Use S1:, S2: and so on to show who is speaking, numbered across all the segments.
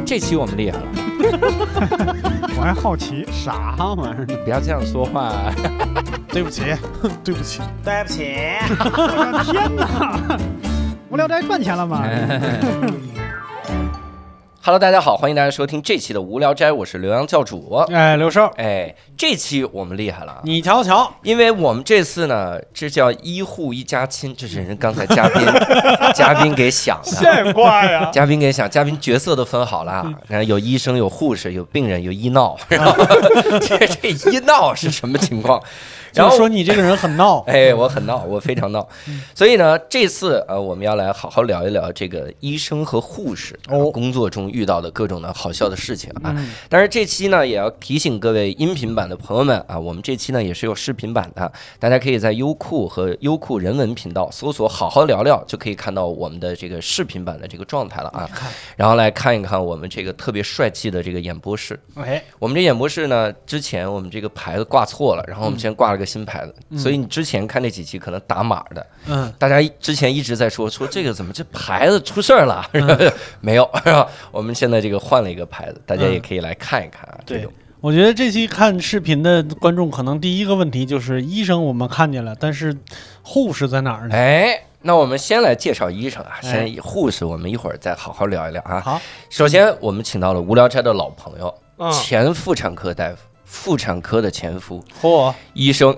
S1: 这期我们厉害了。
S2: 我还好奇
S3: 啥玩意儿？
S1: 不要这样说话。
S2: 对不起，对不起，
S3: 对不起！
S2: 我的天哪！无聊斋赚钱了吗
S1: ？Hello， 大家好，欢迎大家收听这期的无聊斋，我是刘洋教主。
S2: 哎，刘寿，
S1: 哎，这期我们厉害了，
S2: 你瞧瞧，
S1: 因为我们这次呢，这叫医护一家亲，这是人刚才嘉宾给想的，
S2: 现挂呀，
S1: 嘉宾给想，嘉宾角色都分好了，然后有医生，有护士，有病人，有医闹，然后这医闹是什么情况？
S2: 然后说你这个人很闹，
S1: 哎，我很闹，我非常闹，所以呢，这次我们要来好好聊一聊这个医生和护士工作中遇到的各种的好笑的事情啊。但是这期呢，也要提醒各位音频版的朋友们啊，我们这期呢也是有视频版的，大家可以在优酷和优酷人文频道搜索"好好聊聊"，就可以看到我们的这个视频版的这个状态了啊。然后来看一看我们这个特别帅气的这个演播室。我们这演播室呢，之前我们这个牌子挂错了，然后我们先挂了个新牌子，所以你之前看那几期可能打码的，大家之前一直在说这个怎么这牌子出事儿了，没有，我们现在这个换了一个牌子，大家也可以来看一看啊。这种
S2: 我觉得这期看视频的观众可能第一个问题就是医生我们看见了，但是护士在哪儿呢？
S1: 哎，那我们先来介绍医生啊，先护士我们一会儿再好好聊一聊啊。
S2: 好，
S1: 首先我们请到了无聊斋的老朋友，前妇产科大夫。妇产科的前夫，医生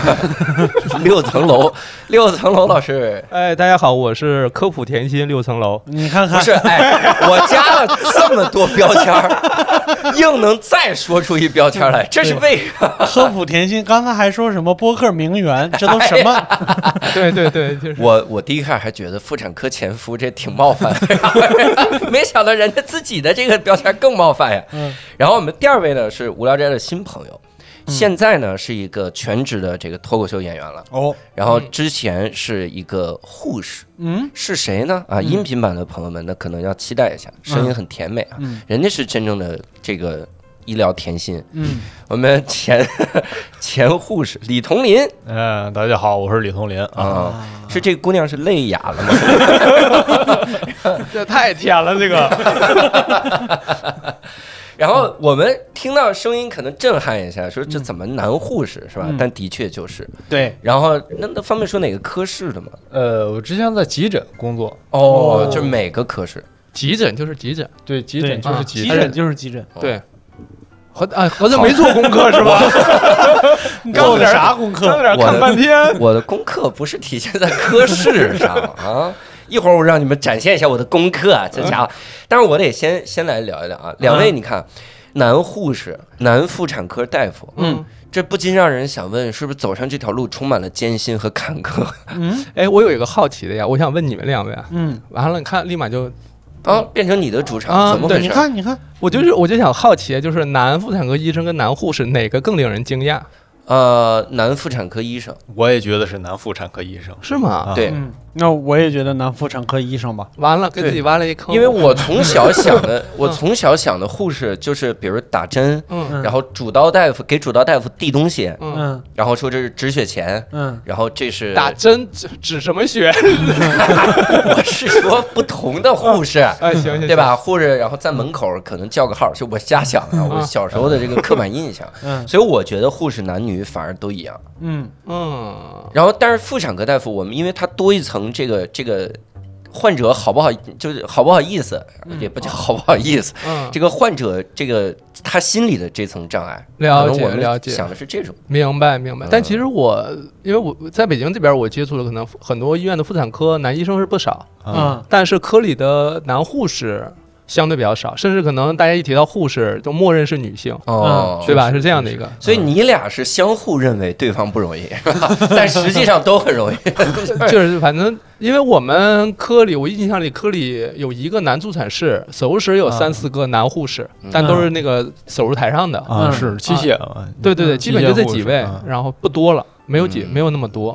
S1: ，6层楼老师，
S4: 哎，大家好，我是科普甜心6层楼。
S2: 你看看，
S1: 不是，哎，我加了这么多标签，硬能再说出一标签来，这是为什么？
S2: 科普甜心，刚才还说什么播客名媛，这都什么？
S4: 对，就是
S1: 我第一开始还觉得妇产科前夫这挺冒犯，没想到人家自己的这个标签更冒犯呀。然后我们第二位呢是无聊斋的新朋友，现在呢是一个全职的这个脱口秀演员了。然后之前是一个护士，是谁呢？啊，音频版的朋友们那可能要期待一下，声音很甜美啊，人家是真正的这个医疗甜心。我们前护士李同林，
S5: 大家好，我是李同林啊。
S1: 是这个姑娘是泪哑了吗？
S4: 这太甜了，这个。
S1: 然后我们听到声音可能震撼一下，说这怎么男护士是吧？但的确就是
S2: 对。
S1: 然后那方便说哪个科室的吗？
S5: 我之前在急诊工作。
S1: 就是每个科室。
S4: 急诊就是急诊，
S5: 对，急诊就是急诊，
S2: 急诊就是急诊，
S4: 对。合着没做功课是吧？
S2: 你做的啥功课？
S4: 看半天。
S1: 我的功课不是体现在科室上啊。一会儿我让你们展现一下我的功课，这家伙。但是我得先来聊一聊啊。两位，你看，男护士、男妇产科大夫，这不禁让人想问，是不是走上这条路充满了艰辛和坎坷？
S4: 哎，我有一个好奇的呀，我想问你们两位啊。完了，你看，立马就。
S1: 变成你的主场，怎么回事？
S2: 你看，
S4: 我就想好奇，就是男妇产科医生跟男护士哪个更令人惊讶？
S1: 男妇产科医生，
S5: 我也觉得是男妇产科医生，
S4: 是吗？
S1: 对，
S2: 那我也觉得男妇产科医生吧。
S4: 完了，给自己挖了一坑。
S1: 因为我从小想的护士就是比如打针，然后主刀大夫给主刀大夫递东西，然后说这是止血钳，然后这是
S4: 打针止什么血？
S1: 我是说不同的护士，
S4: 行，
S1: 对吧？护士然后在门口可能叫个号，就我瞎想啊，我小时候的这个刻板印象，所以我觉得护士男女反而都一样，然后但是妇产科大夫我们因为他多一层这个患者好不好，就是好不好意思，也不叫好不好意思，这个患者这个他心里的这层障碍，
S4: 了解，
S1: 想的是这种，
S4: 明白。但其实因为我在北京这边，我接触了可能很多医院的妇产科男医生是不少，但是科里的男护士相对比较少，甚至可能大家一提到护士就默认是女性，对吧？是这样的一个，
S1: 所以你俩是相互认为对方不容易，但实际上都很容易。
S4: 就是反正因为我们科里，我印象里科里有一个男助产士，手术室有3、4个男护士，但都是那个手术台上的
S5: 是机械，
S4: 对，基本就这几位，然后不多了，没有那么多。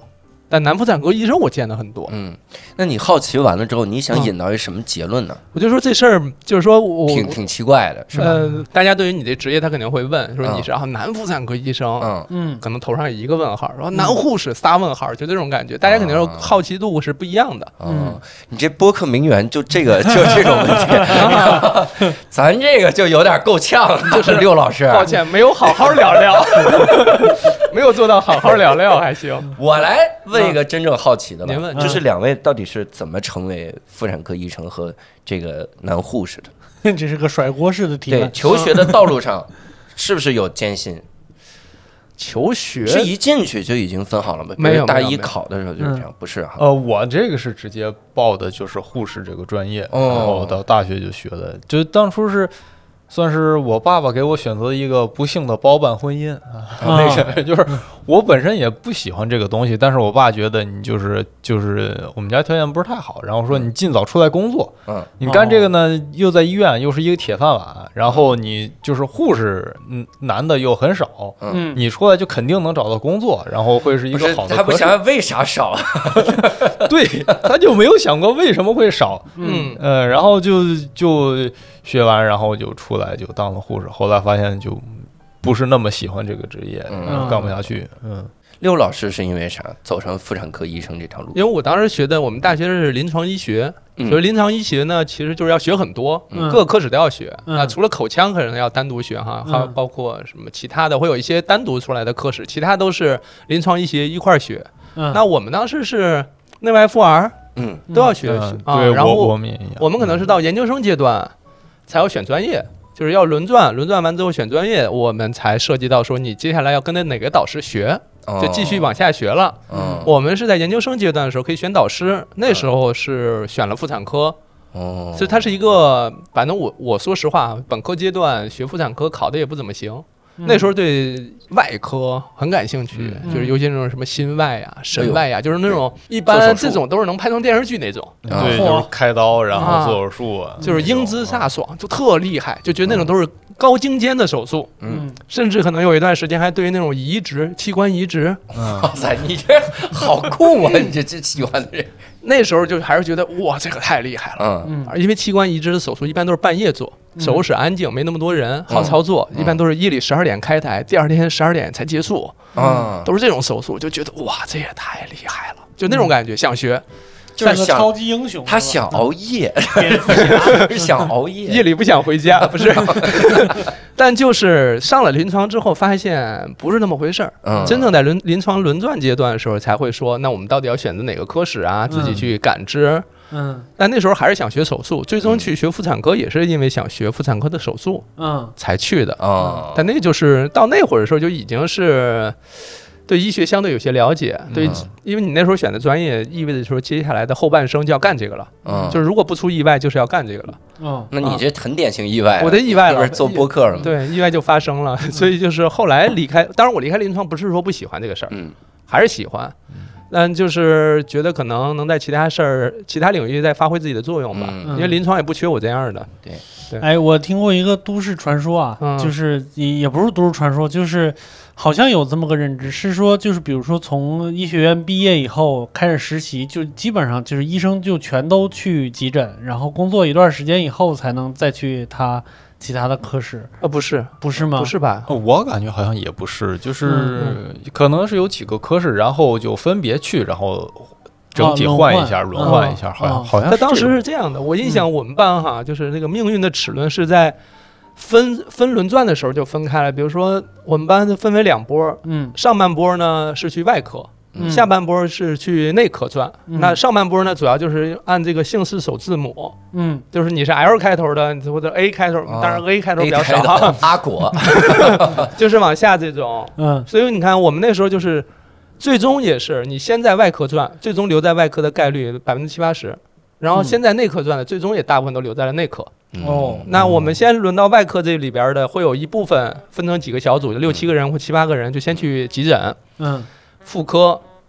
S4: 但男妇产科医生我见的很多。
S1: 那你好奇完了之后，你想引到一什么结论呢？
S4: 我就说这事儿就是说我
S1: 挺奇怪的，是吧？
S4: 大家对于你的职业，他肯定会问说你是男妇产科医生，可能头上有一个问号，然后男护士仨问号，就这种感觉，大家肯定是好奇度是不一样的。
S1: 你这播客名媛就这种问题，咱这个就有点够呛了，就是六老师，
S4: 抱歉，没有好好聊聊，没有做到好好聊聊，还行。
S1: 我来问一个真正好奇的吧，
S4: 您问，
S1: 就是两位到底是怎么成为妇产科医生和这个男护士的？
S2: 这是个甩锅式的提问。
S1: 对，求学的道路上是不是有艰辛？
S4: 求学
S1: 是一进去就已经分好了吗？
S4: 没有，
S1: 大一考的时候就是这样，不是哈？
S5: 我这个是直接报的就是护士这个专业，然后到大学就学的，就当初是。算是我爸爸给我选择一个不幸的包办婚姻那个就是我本身也不喜欢这个东西，但是我爸觉得你就是我们家条件不是太好，然后说你尽早出来工作，你干这个呢又在医院又是一个铁饭碗，然后你就是护士，男的又很少，你出来就肯定能找到工作，然后会是一个好的。
S1: 他不想想为啥少？
S5: 对，他就没有想过为什么会少，然后就学完，然后就出来就当了护士，后来发现就不是那么喜欢这个职业，干不下去。
S1: 六老师是因为啥走上妇产科医生这条路？
S4: 因为我当时学的，我们大学是临床医学，所以临床医学呢，其实就是要学很多，各个科室都要学。除了口腔可能要单独学哈，还有包括什么其他的，会有一些单独出来的科室，其他都是临床医学一块学。那我们当时是内外妇儿，都要学
S5: 对，
S4: 然后
S5: 我们也一样。
S4: 我们可能是到研究生阶段才要选专业，就是要轮转完之后选专业，我们才涉及到说你接下来要跟着哪个导师学，就继续往下学了。我们是在研究生阶段的时候可以选导师，那时候是选了妇产科。所以它是一个，反正我说实话，本科阶段学妇产科考的也不怎么行。那时候对外科很感兴趣，就是尤其那种什么心外呀、神外呀，就是那种一般这种都是能拍成电视剧那种。
S5: 对，就是开刀然后做手术，
S4: 就是英姿飒爽，就特厉害，就觉得那种都是高精尖的手术。甚至可能有一段时间还对于那种移植、器官移植，
S1: 哇塞，你这好酷啊！你这喜欢的人。
S4: 那时候就还是觉得哇，这个太厉害了。因为器官移植的手术一般都是半夜做，手术室安静，没那么多人，好操作。一般都是夜里12点开台，第二天12点才结束。都是这种手术，就觉得哇，这也太厉害了，就那种感觉，想学。
S2: 就是超级英雄，
S1: 他想熬夜，想熬夜，
S4: 夜里不想回家，不是。但就是上了临床之后，发现不是那么回事儿。真正在临床轮转阶段的时候，才会说，那我们到底要选择哪个科室啊？自己去感知。但那时候还是想学手术，最终去学妇产科也是因为想学妇产科的手术，才去的。但那就是到那会儿的时候就已经是。对医学相对有些了解，对，因为你那时候选的专业，意味着说接下来的后半生就要干这个了，就是如果不出意外，就是要干这个了。
S1: 那你这很典型意外，
S4: 我的意外了，
S1: 做播客了，
S4: 对，意外就发生了，所以就是后来离开，当然我离开临床不是说不喜欢这个事儿，还是喜欢，但就是觉得可能能在其他事儿、其他领域再发挥自己的作用吧，因为临床也不缺我这样的。
S1: 对。
S2: 哎，我听过一个都市传说啊，就是也不是都市传说，就是好像有这么个认知，是说就是比如说从医学院毕业以后开始实习，就基本上就是医生就全都去急诊，然后工作一段时间以后才能再去他其他的科室。
S4: 不是吗？不是吧？
S5: 我感觉好像也不是，就是可能是有几个科室，然后就分别去，然后。整体换一下，轮换一下，好像。
S4: 他当时是这样的，我印象我们班哈，就是那个命运的齿轮是在分轮转的时候就分开了。比如说我们班分为2波，上半波呢是去外科，下半波是去内科转。那上半波呢，主要就是按这个姓氏首字母，就是你是 L 开头的或者 A 开头，当然 A 开头比较少，
S1: 阿果，
S4: 就是往下这种。所以你看我们那时候就是。最终也是你先在外科转，最终留在外科的概率70%-80%，然后先在内科转的，最终也大部分都留在了内科。那我们先轮到外科这里边的，会有一部分分成几个小组，就6-7个人或7-8个人，就先去急诊，妇科、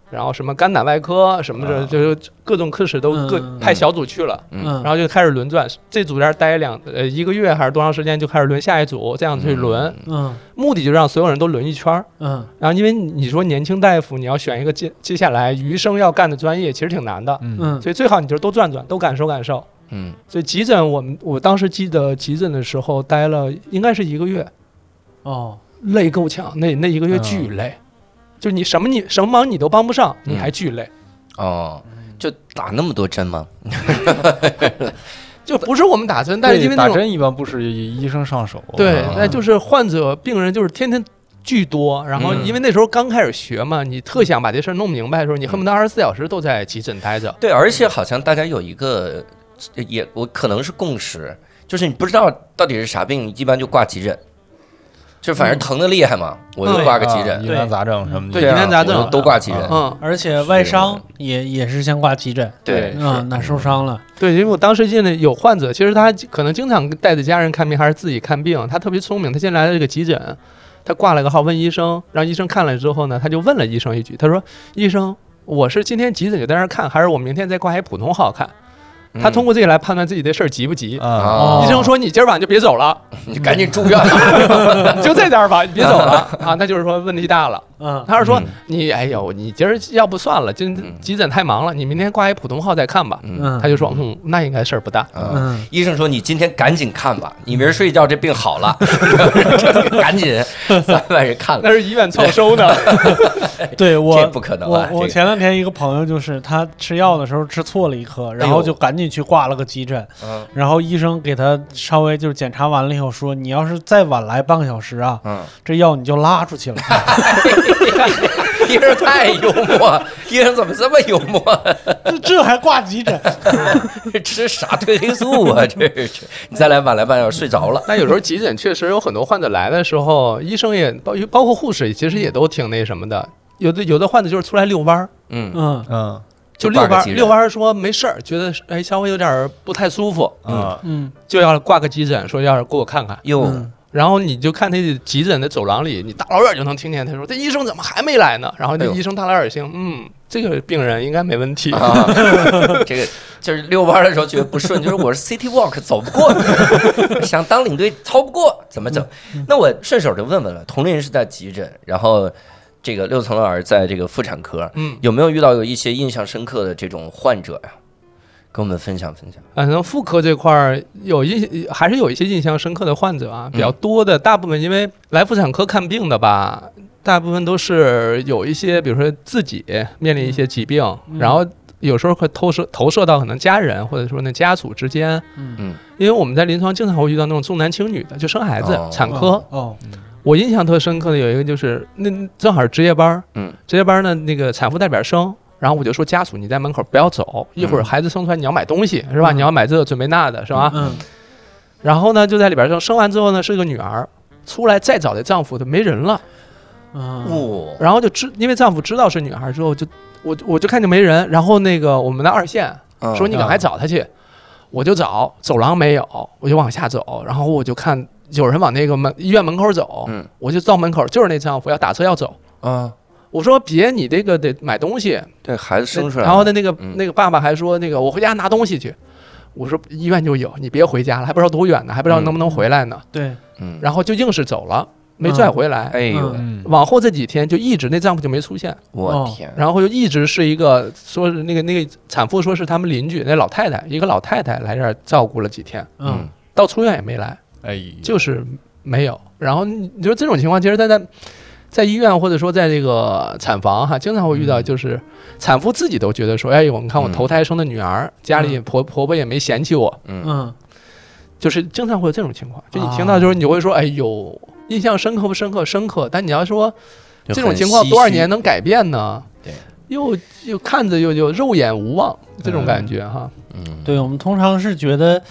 S4: 然后什么肝胆外科什么的，就是各种科室都派小组去了，然后就开始轮转，这组在待1个月还是多长时间，就开始轮下一组，这样去轮，目的就让所有人都轮一圈，然后因为你说年轻大夫你要选一个接下来余生要干的专业，其实挺难的，所以最好你就是都转转，都感受感受，所以急诊我当时记得急诊的时候待了应该是1个月，累够呛，那1个月巨累。就你什么忙你都帮不上，你还巨累，
S1: 就打那么多针吗？
S4: 就不是我们打针，但是因为
S5: 打针一般不是医生上手，
S4: 对，那就是患者病人就是天天巨多，然后因为那时候刚开始学嘛，你特想把这事弄明白的时候，你恨不得24小时都在急诊待着。
S1: 对，而且好像大家有一个我可能是共识，就是你不知道到底是啥病，一般就挂急诊。就反正疼的厉害嘛，我就挂个急诊，
S5: 疑难杂症什么的，
S4: 对，疑难杂症
S1: 都挂急诊，
S2: 而且外伤也是先挂急诊，
S1: 对，
S2: 那受伤了，
S4: 对，因为我当时进来有患者，其实他可能经常带着家人看病，还是自己看病，他特别聪明，他进来了这个急诊，他挂了个号问医生，让医生看了之后呢，他就问了医生一句，他说：“医生，我是今天急诊就在那儿看，还是我明天再挂一普通号看？”他通过这个来判断自己的事儿急不急。医生说：“你今儿晚上就别走了，
S1: 你赶紧住院了，
S4: 就在这儿吧，你别走了啊。”那就是说问题大了。他是说你哎呦，你今儿要不算了，今急诊太忙了，你明天挂一普通号再看吧。他就说那应该事儿不大。
S1: 医生说你今天赶紧看吧，你明儿睡一觉这病好了，赶紧3万人看了，
S4: 那是医院创收呢。
S2: 对
S1: 这不可能啊！
S2: 我前2天一个朋友就是他吃药的时候吃错了一颗，然后就赶紧去挂了个急诊，然后医生给他稍微就是检查完了以后说，你要是再晚来半个小时啊，这药你就拉出去了。
S1: 医生太幽默，医生怎么这么幽默？
S2: 这还挂急诊？
S1: 吃啥褪黑素啊？这是你再来晚来半小时睡着了。
S4: 那有时候急诊确实有很多患者来的时候，医生也包括护士，其实也都挺那什么的。有的患者就是出来遛弯儿，就遛弯说没事儿，觉得稍微有点不太舒服，就要挂个急诊，说要是给我看看。然后你就看那急诊的走廊里，你大老远就能听见他说：“这医生怎么还没来呢？”然后那医生大老远听，这个病人应该没问题。
S1: 这个就是遛弯的时候觉得不顺，就是我是 City Walk 走不过，想当领队操不过，怎么整？那我顺手就问问了，童林是在急诊，然后这个6层老师在这个妇产科，有没有遇到有一些印象深刻的这种患者呀？跟我们分享分享。
S4: 反正妇科这块儿还是有一些印象深刻的患者啊，比较多的，大部分因为来妇产科看病的吧，大部分都是有一些，比如说自己面临一些疾病，然后有时候会投射到可能家人或者说那家属之间。因为我们在临床经常会遇到那种重男轻女的，就生孩子产科。我印象特深刻的有一个就是那正好是值夜班，值夜班呢那个产妇在里边生。然后我就说家属你在门口不要走，一会儿孩子生出来你要买东西是吧？你要买这准备那的是吧？然后呢就在里边生完之后呢是个女儿，出来再找这丈夫就没人了。然后因为丈夫知道是女孩之后，我就看见没人，然后那个我们的2线说你赶快找她去，我就找走廊没有，我就往下走，然后我就看有人往那个医院门口走，我就到门口就是那丈夫要打车要走我说别，你这个得买东西，
S1: 对孩子生出来。
S4: 然后那个爸爸还说那个我回家拿东西去。我说医院就有，你别回家了，还不知道多远呢，还不知道能不能回来呢。
S2: 对，
S4: 然后就硬是走了，没拽回来。
S1: 哎呦，
S4: 往后这几天就一直那丈夫就没出现。
S1: 我天！
S4: 然后就一直是一个说是那个产妇说是他们邻居那老太太，一个老太太来这儿照顾了几天，到出院也没来，就是没有。然后你说这种情况，其实在医院或者说在这个产房哈，经常会遇到，就是产妇自己都觉得说，哎呦，你看我头胎生的女儿，家里婆婆也没嫌弃我，就是经常会有这种情况。就你听到就是你会说，哎呦，印象深刻不深刻？深刻。但你要说这种情况多少年能改变呢？
S1: 对，
S4: 又看着又肉眼无望这种感觉哈。
S2: 对，我们通常是觉得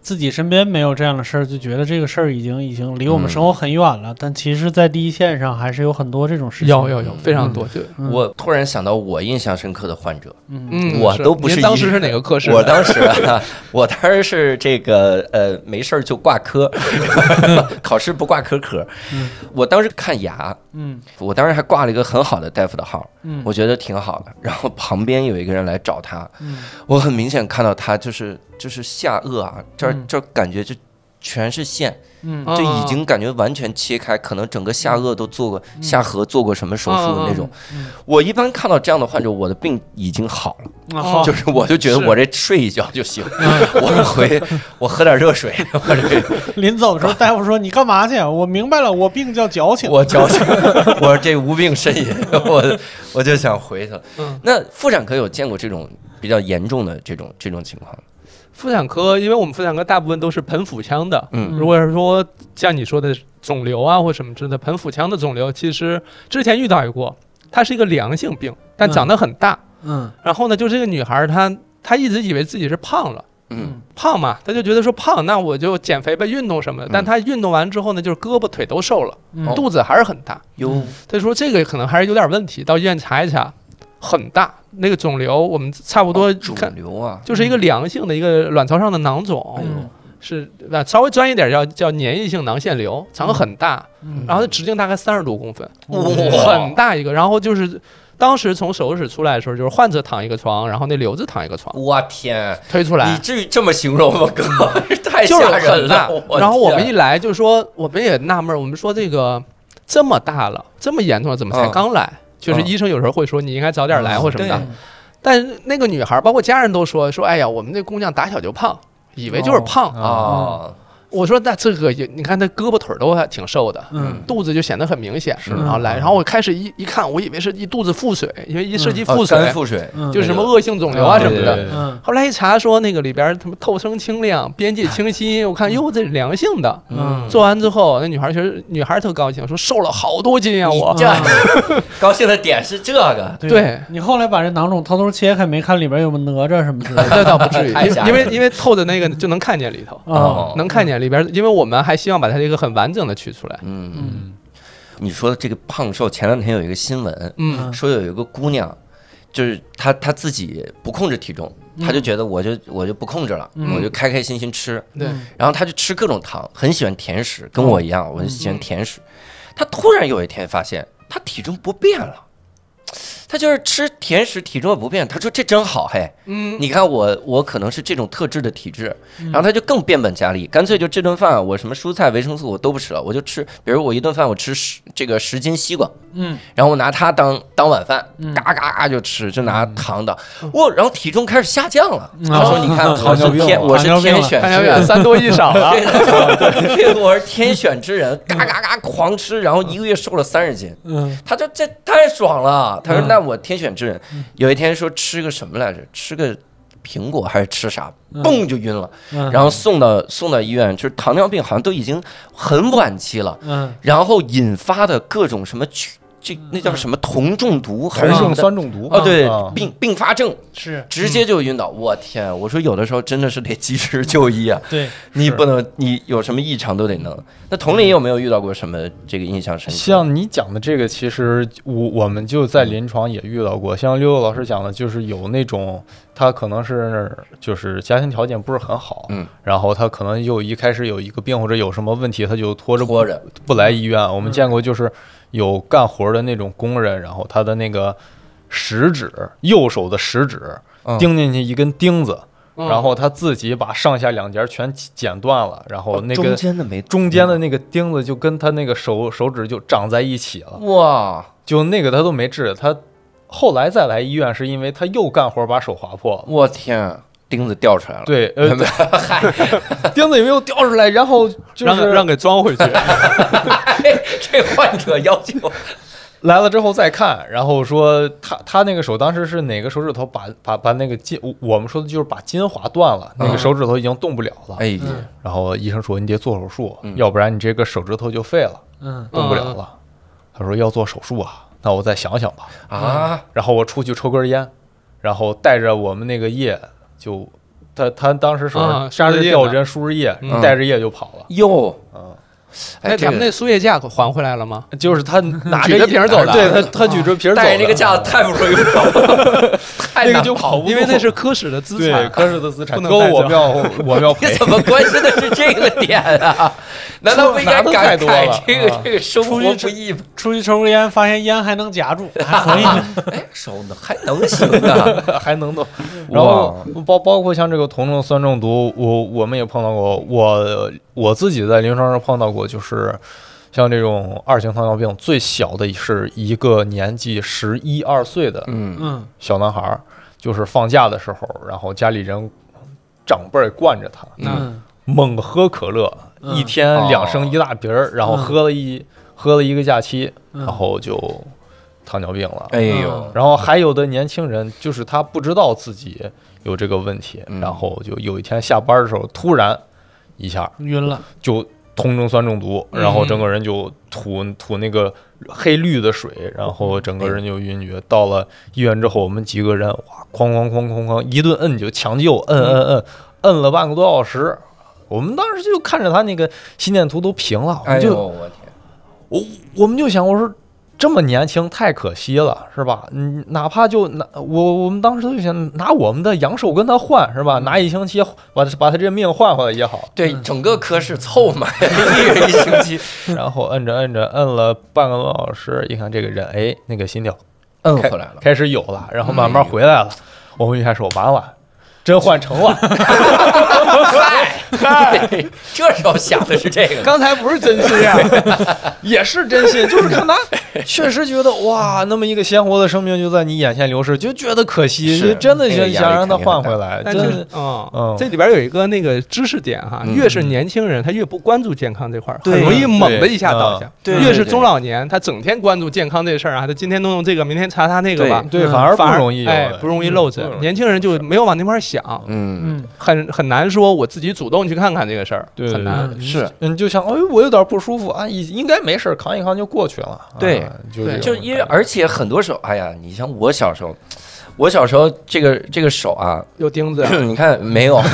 S2: 自己身边没有这样的事儿，就觉得这个事儿已经离我们生活很远了。但其实，在第一线上还是有很多这种事情。
S4: 有非常多。
S1: 我突然想到我印象深刻的患者，我都不是。
S4: 您当时是哪个科室？
S1: 我当时是这个没事儿就挂科，考试不挂科。我当时看牙，我当时还挂了一个很好的大夫的号，我觉得挺好的。然后旁边有一个人来找他，我很明显看到他就是下颚啊，这感觉就全是线，就已经感觉完全切开，可能整个下颚都做过下颌做过什么手术的那种。我一般看到这样的患者，我的病已经好了，就是我就觉得我这睡一觉就行，我喝点热水。
S2: 临走的时候，大夫说你干嘛去？我明白了，我病叫矫情。
S1: 我矫情，我这无病呻吟，我就想回去了。那妇产科有见过这种比较严重的这种情况？
S4: 妇产科，因为我们妇产科大部分都是盆腹腔的，如果是说像你说的肿瘤啊或什么之类的，盆腹腔的肿瘤，其实之前遇到过，它是一个良性病，但长得很大，然后呢，就这个女孩她一直以为自己是胖了，胖嘛，她就觉得说胖，那我就减肥呗，运动什么的，但她运动完之后呢，就是胳膊腿都瘦了，肚子还是很大，她说这个可能还是有点问题，到医院查一查。很大，那个肿瘤我们差不多
S1: 肿瘤啊，
S4: 就是一个良性的一个卵巢上的囊肿，是稍微专业点叫粘液性囊腺瘤，长很大，然后直径大概30多公分，很大一个。然后就是当时从手术室出来的时候，就是患者躺一个床，然后那瘤子躺一个床。
S1: 我天，
S4: 推出来，
S1: 你至于这么形容吗，哥？太吓人了。
S4: 然后我们一来就说，我们也纳闷，我们说这个这么大了，这么严重了，怎么才刚来？就是医生有时候会说你应该早点来或什么的，但是那个女孩包括家人都说哎呀，我们那姑娘打小就胖，以为就是胖啊。我说那这个你看她胳膊腿都还挺瘦的，肚子就显得很明显。然后来，然后我开始一看，我以为是一肚子腹水，因为一涉及腹水，
S1: 肝腹水，
S4: 就是什么恶性肿瘤啊什么的。后来一查说那个里边什么透声清亮，边界清晰，我看哟这是良性的。做完之后，那女孩特高兴，说瘦了好多斤啊！我
S1: 高兴的点是这个。
S4: 对，
S2: 你后来把这囊肿偷偷切开，没看里边有没有哪吒什么之类的？
S4: 那倒不至于，因为透的那个就能看见里头，能看见里边，因为我们还希望把它这个很完整的取出来。
S1: 你说的这个胖瘦，前两天有一个新闻，说有一个姑娘，就是她自己不控制体重，她就觉得我就不控制了，我就开开心心吃，
S4: 对，
S1: 然后她就吃各种糖，很喜欢甜食，跟我一样，我喜欢甜食。她突然有一天发现，她体重不变了。他就是吃甜食，体重也不变。他说这真好，嘿，你看我可能是这种特质的体质，然后他就更变本加厉，干脆就这顿饭我什么蔬菜、维生素我都不吃了，我就吃，比如我一顿饭我吃10斤西瓜，然后我拿它当晚饭，嘎嘎嘎就吃，就拿糖的，然后体重开始下降了。他说你看我是天选之人
S4: ，3多1少了，
S1: 对，我是天选之人，嘎嘎嘎狂吃，然后1个月瘦了30斤，他说这太爽了，他说那我天选之人。有一天说吃个什么来着，吃个苹果还是吃啥，嘣就晕了，然后送到医院，就是糖尿病好像都已经很晚期了，然后引发的各种什么那叫什么铜中毒还是
S5: 性酸中毒
S1: 对，并发症
S2: 是
S1: 直接就晕倒。我天，我说有的时候真的是得及时就医啊，
S2: 对，
S1: 你不能你有什么异常都得弄。那佟林有没有遇到过什么这个印象深刻？
S5: 像你讲的这个，其实我们就在临床也遇到过，像六六老师讲的，就是有那种他可能是就是家庭条件不是很好，然后他可能一开始有一个病或者有什么问题，他就拖着不来医院。我们见过就是有干活的那种工人，然后他的那个右手的食指钉进去一根钉子，然后他自己把上下两节全剪断了，然后那个中间的那个钉子就跟他那个手指就长在一起了。
S1: 哇！
S5: 就那个他都没治，他后来再来医院是因为他又干活把手划破了。
S1: 我天！钉子掉出来了，
S5: 对，钉子也没有掉出来，然后就是
S4: 让给装回去。
S1: 这患者要求
S5: 来了之后再看，然后说他那个手当时是哪个手指头把那个筋，我们说的就是把筋划断了，那个手指头已经动不了了。然后医生说你得做手术，要不然你这个手指头就废了，动不了了。他说要做手术啊，那我再想想吧。然后我出去抽根烟，然后带着我们那个液就他当时手上扎着吊针输着液，带着液就跑了。
S1: 哟，
S4: 哎，咱们那输液架还回来了吗？
S5: 就是他拿
S4: 着瓶走的，
S5: 对他举着瓶走的，
S1: 带那个架子太不容易跑，太
S5: 那个就跑不动，
S4: 因为那是科室的资产，
S5: 对，科室的资产，哥我们要赔。
S1: 你怎么关心的是这个点啊？难道不应该感慨这个生活不易吗？
S2: 出去抽根烟，发现烟还能夹住，还可以。
S1: 哎，手呢还能行啊，
S5: 还能动。然后包括像这个酮症酸中毒，我们也碰到过，我自己在临床上碰到过，就是像这种2型糖尿病，最小的是一个年纪11、12岁的小男孩，就是放假的时候，然后家里人长辈惯着他，猛喝可乐，一天2升1大瓶，然后喝了一个假期，然后就糖尿病了。
S1: 哎呦，
S5: 然后还有的年轻人就是他不知道自己有这个问题，然后就有一天下班的时候突然一下
S2: 晕了，
S5: 就酮症酸中毒，然后整个人就吐那个黑绿的水，然后整个人就晕厥。到了医院之后，我们几个人哇，哐一顿摁，就抢救，摁了半个多小时。我们当时就看着他那个心电图都平了，
S1: 哎呦我天，
S5: 我们就想，我说这么年轻太可惜了，是吧？哪怕就拿我们当时就想拿我们的阳寿跟他换，是吧？拿1星期把他这命换回来也好。
S1: 对，整个科室凑嘛，一人1星期，
S5: 然后摁了半个多小时，一看这个人，哎，那个心跳
S1: 摁回来了，
S5: 开始有了，然后慢慢回来了。我们一开始完了。真换成了，
S1: 嗨，这时候想的是这个，
S4: 刚才不是真心啊，
S5: 也是真心，就是看他确实觉得哇，那么一个鲜活的生命就在你眼前流逝，就觉得可惜，就真的想让他换回来。
S4: 但是这里边有一个那个知识点哈，越是年轻人他越不关注健康这块，很容易猛的一下倒下；越是中老年，他整天关注健康这事儿啊，他今天弄这个，明天查那个吧，
S5: 对，反而不容易，
S4: 不容易漏着。年轻人就没有往那块想。很难说我自己主动去看看这个事儿，很难。
S1: 是，
S5: 就想，哎，我有点不舒服啊，应该没事，扛一扛就过去了。
S1: 对，就因为而且很多时候，哎呀，你像我小时候这个手啊，
S4: 有钉子，
S1: 你看没有？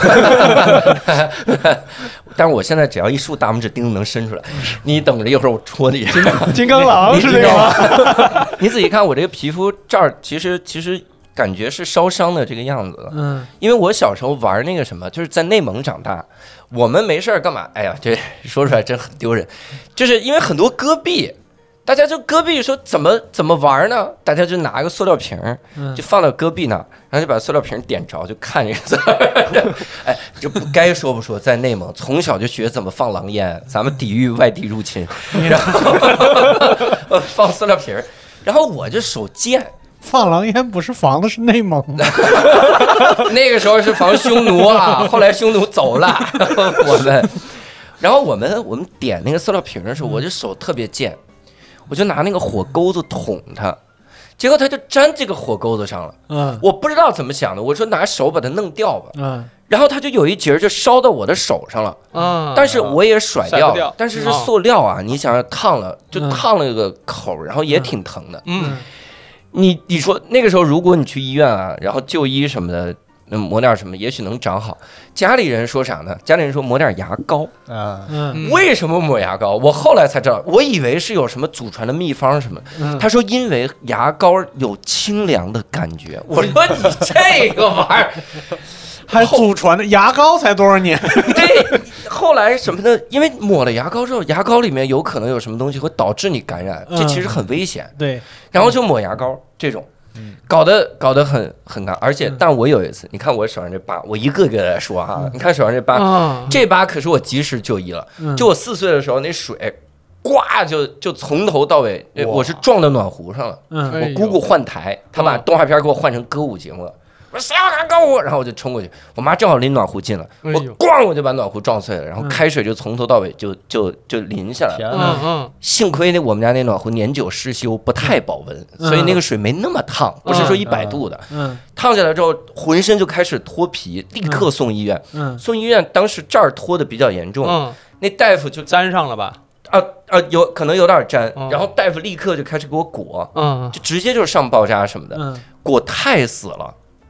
S1: 但是我现在只要一竖大拇指，钉子能伸出来。你等着一会儿我戳你。
S4: 金刚狼是这个吗？
S1: 你仔细看我这个皮肤这儿，其实。感觉是烧伤的这个样子，因为我小时候玩那个什么，就是在内蒙长大，我们没事干嘛？哎呀，这说出来真很丢人，就是因为很多戈壁，大家就戈壁说怎么玩呢？大家就拿个塑料瓶，就放到戈壁那，然后就把塑料瓶点着，就看这个字。哎，这不该说不说，在内蒙从小就学怎么放狼烟，咱们抵御外地入侵，然后放塑料瓶，然后我这手贱。
S2: 放狼烟不是防的是内蒙吗？
S1: 那个时候是防匈奴啊，后来匈奴走了，然后我们点那个塑料瓶的时候，我就手特别贱，我就拿那个火钩子捅它，结果它就粘这个火钩子上了。我不知道怎么想的，我说拿手把它弄掉吧。然后它就有一节就烧到我的手上了。但是我也甩掉，但是是塑料啊，你想烫了就烫了个口，然后也挺疼的。你说那个时候，如果你去医院啊，然后就医什么的，抹点什么，也许能长好。家里人说啥呢？家里人说抹点牙膏。为什么抹牙膏？我后来才知道，我以为是有什么祖传的秘方什么。他说因为牙膏有清凉的感觉。我说你这个玩意儿。
S2: 还祖传的牙膏才多少年？
S1: 对，后来什么呢？因为抹了牙膏之后，牙膏里面有可能有什么东西会导致你感染，这其实很危险。
S2: 对，
S1: 然后就抹牙膏这种，搞得很难。而且，但我有一次，你看我手上这疤，我一个个来说啊，你看手上这疤，这疤可是我及时就医了。就我4岁的时候，那水。呱就从头到尾，我是撞到暖壶上了。我姑姑换台，她把动画片给我换成歌舞节目了。我说谁要看歌舞，然后我就冲过去，我妈正好拎暖壶进了，我咣我就把暖壶撞碎了，然后开水就从头到尾就淋下来了。幸亏我们家那暖壶年久失修，不太保温，所以那个水没那么烫，不是说100度的。烫下来之后，浑身就开始脱皮，立刻送医院。送医院当时这儿脱的比较严重，那大夫就
S4: 粘上了吧？
S1: 有可能有点粘，然后大夫立刻就开始给我裹，就直接就上包扎什么的，裹太死了。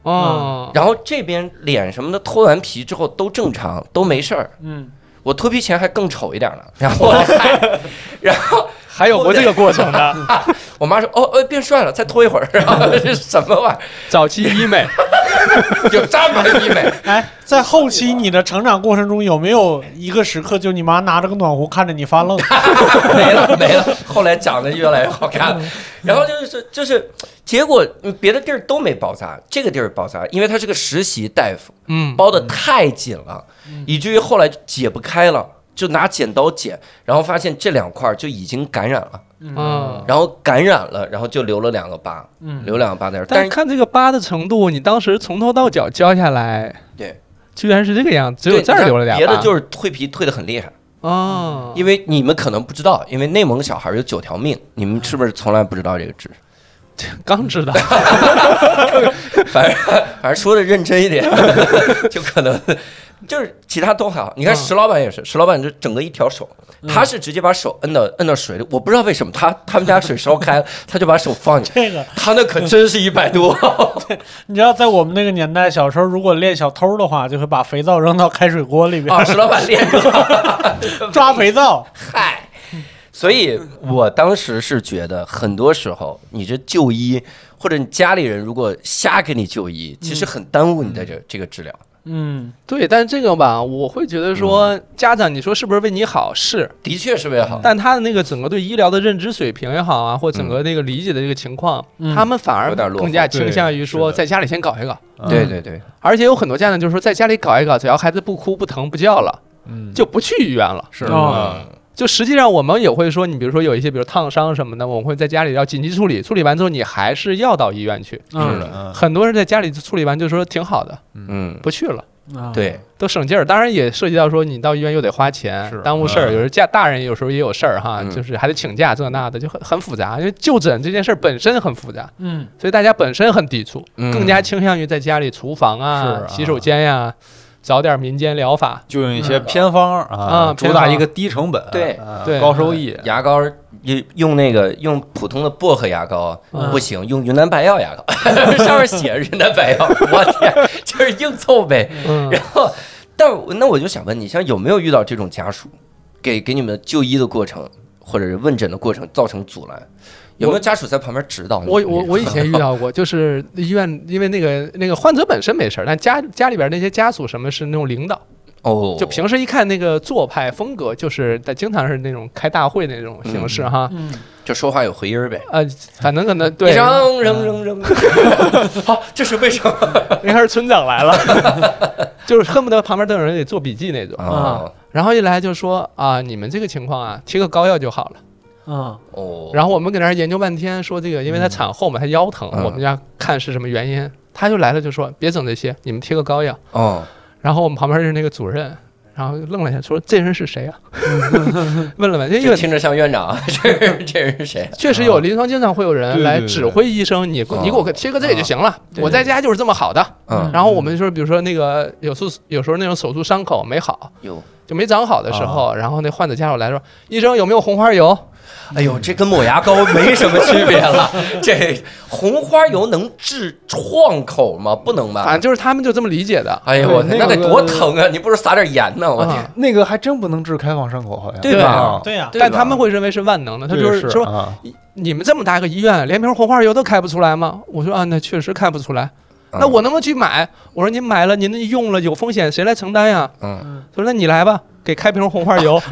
S1: 然后这边脸什么的脱完皮之后都正常，都没事儿。我脱皮前还更丑一点呢，然后
S4: 还有过这个过程的。
S1: 我妈说变帅了，再脱一会儿。然后这什么玩意儿？
S4: 早期医美
S1: 有这么医美？
S2: 哎，在后期你的成长过程中有没有一个时刻，就你妈拿着个暖壶看着你发愣？
S1: 没了。后来长得越来越好看，然后就是结果别的地儿都没包扎，这个地儿包扎，因为他是个实习大夫，包得太紧了，以至于后来解不开了。就拿剪刀剪，然后发现这2块就已经感染了，然后感染了，然后就留了2个疤，留2个疤在这儿。
S4: 但是看这个疤的程度，你当时从头到脚教下来，
S1: 对，
S4: 居然是这个样子，只有这儿留了2疤，
S1: 别的就是蜕皮蜕得很厉害因为你们可能不知道，因为内蒙小孩有9条命，你们是不是从来不知道这个知识？
S4: 刚知道，
S1: 反正说的认真一点，就可能。就是其他都还好，你看石老板也是，石老板就整个一条手，他是直接把手摁到水里，我不知道为什么他们家水烧开了，他就把手放进去。
S2: 这个
S1: 他那可真是100度。
S2: 对，你知道在我们那个年代，小时候如果练小偷的话，就会把肥皂扔到开水锅里边。
S1: 石老板练
S2: 抓肥皂。
S1: 嗨，所以我当时是觉得，很多时候你这就医，或者你家里人如果瞎给你就医，其实很耽误你的这个治疗。
S4: 对，但是这个吧，我会觉得说，家长你说是不是为你好？是，
S1: 的确是为好，
S4: 但他的那个整个对医疗的认知水平也好啊，或整个那个理解的这个情况，他们反而更加倾向于说，在家里先搞一搞。
S1: 对，
S4: 而且有很多家长就是说，在家里搞一搞，只要孩子不哭不疼不叫了，就不去医院了。
S5: 是
S4: 就实际上我们也会说，你比如说有一些比如烫伤什么的，我们会在家里要紧急处理，处理完之后你还是要到医院去。
S1: 是的，
S4: 很多人在家里处理完就说挺好的，不去了。
S1: 对，
S4: 都省劲儿。当然也涉及到说你到医院又得花钱，耽误事儿。有时大人有时候也有事儿哈，就是还得请假这那的，就很复杂。因为就诊这件事儿本身很复杂，所以大家本身很抵触，更加倾向于在家里厨房啊、洗手间呀。找点民间疗法，
S5: 就用一些偏方主打一个低成本，
S1: 对，
S5: 高收益。
S1: 牙膏用普通的薄荷牙膏不行，用云南白药牙膏，上面写着云南白药，我天，就是硬凑呗。然后，那我就想问你，像有没有遇到这种家属，给你们就医的过程或者是问诊的过程造成阻拦？有没有家属在旁边指导你？
S4: 我以前遇到过，就是医院，因为那个患者本身没事，但家里边那些家属什么是那种领导就平时一看那个做派风格，就是在经常是那种开大会那种形式哈，
S1: 就说话有回音呗。
S4: 反正可能对。
S1: 扔，好，这是为什么？
S4: 应该是村长来了，就是恨不得旁边都有人得做笔记那种然后一来就说你们这个情况啊，贴个膏药就好了。然后我们搁那儿研究半天，说这个，因为他产后嘛，他腰疼，我们要看是什么原因。他就来了，就说别整这些，你们贴个膏药。然后我们旁边是那个主任，然后愣了一下，说这人是谁啊？问了问，
S1: 就听着像院长，这人是谁？
S4: 确实有临床经常会有人来指挥医生，你给我贴个这个就行了，我在家就是这么好的。然后我们说，比如说那个有时候那种手术伤口没好，就没长好的时候，然后那患者家属来说，医生有没有红花油？
S1: 哎呦，这跟抹牙膏没什么区别了。这红花油能治创口吗？不能吧？
S4: 反正就是他们就这么理解的。
S1: 哎呦，我那得多疼啊！你不如撒点盐呢？我天，
S5: 那个还真不能治开放伤口，好像
S1: 对吧？
S2: 对呀，
S4: 但他们会认为是万能的。他就是说，你们这么大个医院，连瓶红花油都开不出来吗？我说那确实开不出来。那我能不能去买？我说您买了，您用了有风险，谁来承担呀？他说那你来吧。给开瓶红花油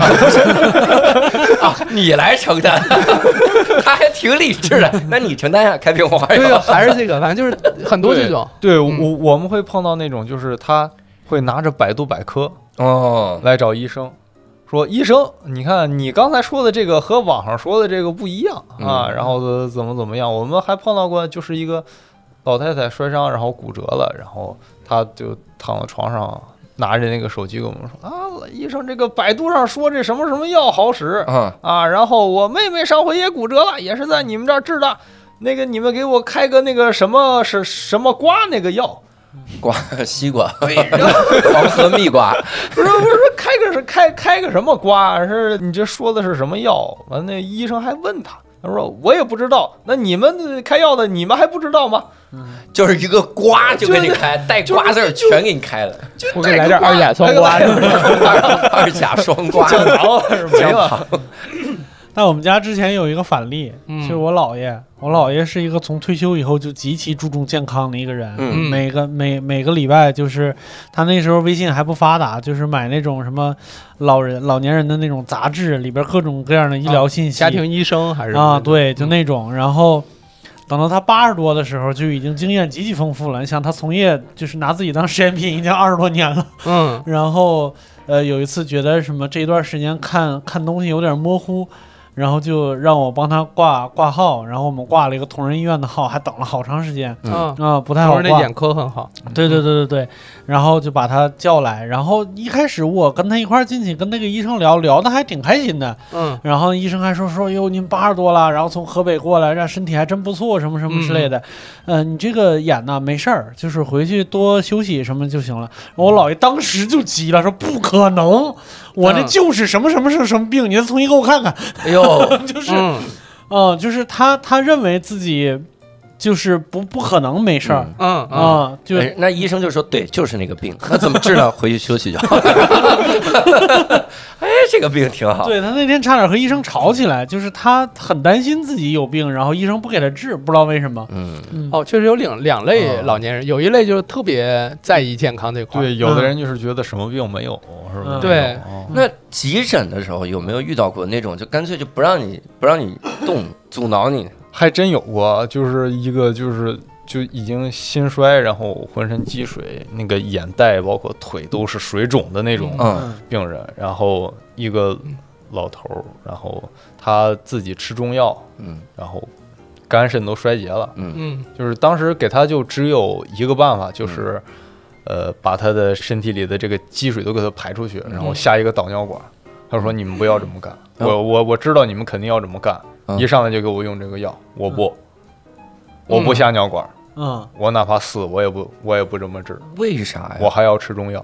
S1: 你来承担，他还挺理智的。那你承担呀，开瓶红花油。
S4: 对，还是这个，反正就是很多这种。
S5: 对，我们会碰到那种，就是他会拿着百度百科来找医生，说医生，你看你刚才说的这个和网上说的这个不一样然后怎么样。我们还碰到过，就是一个老太太摔伤，然后骨折了，然后她就躺在床上。拿着那个手机跟我们说医生，这个百度上说这什么什么药好使然后我妹妹上回也骨折了，也是在你们这儿治的，那个你们给我开个那个什么是什么瓜那个药，
S1: 瓜西瓜，黄河蜜瓜，
S5: 不是开个什么瓜，是你这说的是什么药？完那医生还问他， 他说我也不知道，那你们开药的你们还不知道吗？
S1: 就是一个瓜就给你开，带瓜字全给你开了。
S4: 我给你来点二甲双瓜，
S1: 二甲双瓜，
S5: 降糖没了。
S2: 但我们家之前有一个反例，就是我姥爷。我姥爷是一个从退休以后就极其注重健康的一个人。每个礼拜，就是他那时候微信还不发达，就是买那种什么老年人的那种杂志，里边各种各样的医疗信息，
S4: 家庭医生还是
S2: 啊，对，就那种。然后等到他80多的时候，就已经经验极其丰富了。你想他从业就是拿自己当实验品已经20多年了。然后有一次觉得什么这一段时间看东西有点模糊。然后就让我帮他挂号，然后我们挂了一个同仁医院的号，还等了好长时间。不太好挂。同仁
S4: 的眼科很好。
S2: 对，然后就把他叫来，然后一开始我跟他一块进去，跟那个医生聊的还挺开心的。然后医生还说哟，您80多了，然后从河北过来，身体还真不错，什么什么之类的。你这个眼呢没事儿，就是回去多休息什么就行了。我姥爷当时就急了，说不可能。我这就是什么病，你再重新给我看看。哎呦，就是，就是他认为自己就是不可能没事儿。就
S1: 那医生就说对，就是那个病，那怎么治呢？回去休息就好。哎，这个病挺好。
S2: 对，他那天差点和医生吵起来，就是他很担心自己有病，然后医生不给他治，不知道为什么。
S4: 确实有两类老年人，有一类就是特别在意健康这块。
S5: 对，有的人就是觉得什么病没有，是吧？
S4: 对。
S1: 那急诊的时候有没有遇到过那种就干脆就不让你动，阻挠你？
S5: 还真有过，就是一个就已经心衰，然后浑身积水，那个眼袋包括腿都是水肿的那种病人，然后一个老头，然后他自己吃中药，然后肝肾都衰竭了，就是当时给他就只有一个办法，就是把他的身体里的这个积水都给他排出去，然后下一个导尿管。他说你们不要这么干，我知道你们肯定要这么干，一上来就给我用这个药，我不下尿管。我哪怕死我也不这么治。
S1: 为啥呀？
S5: 我还要吃中药。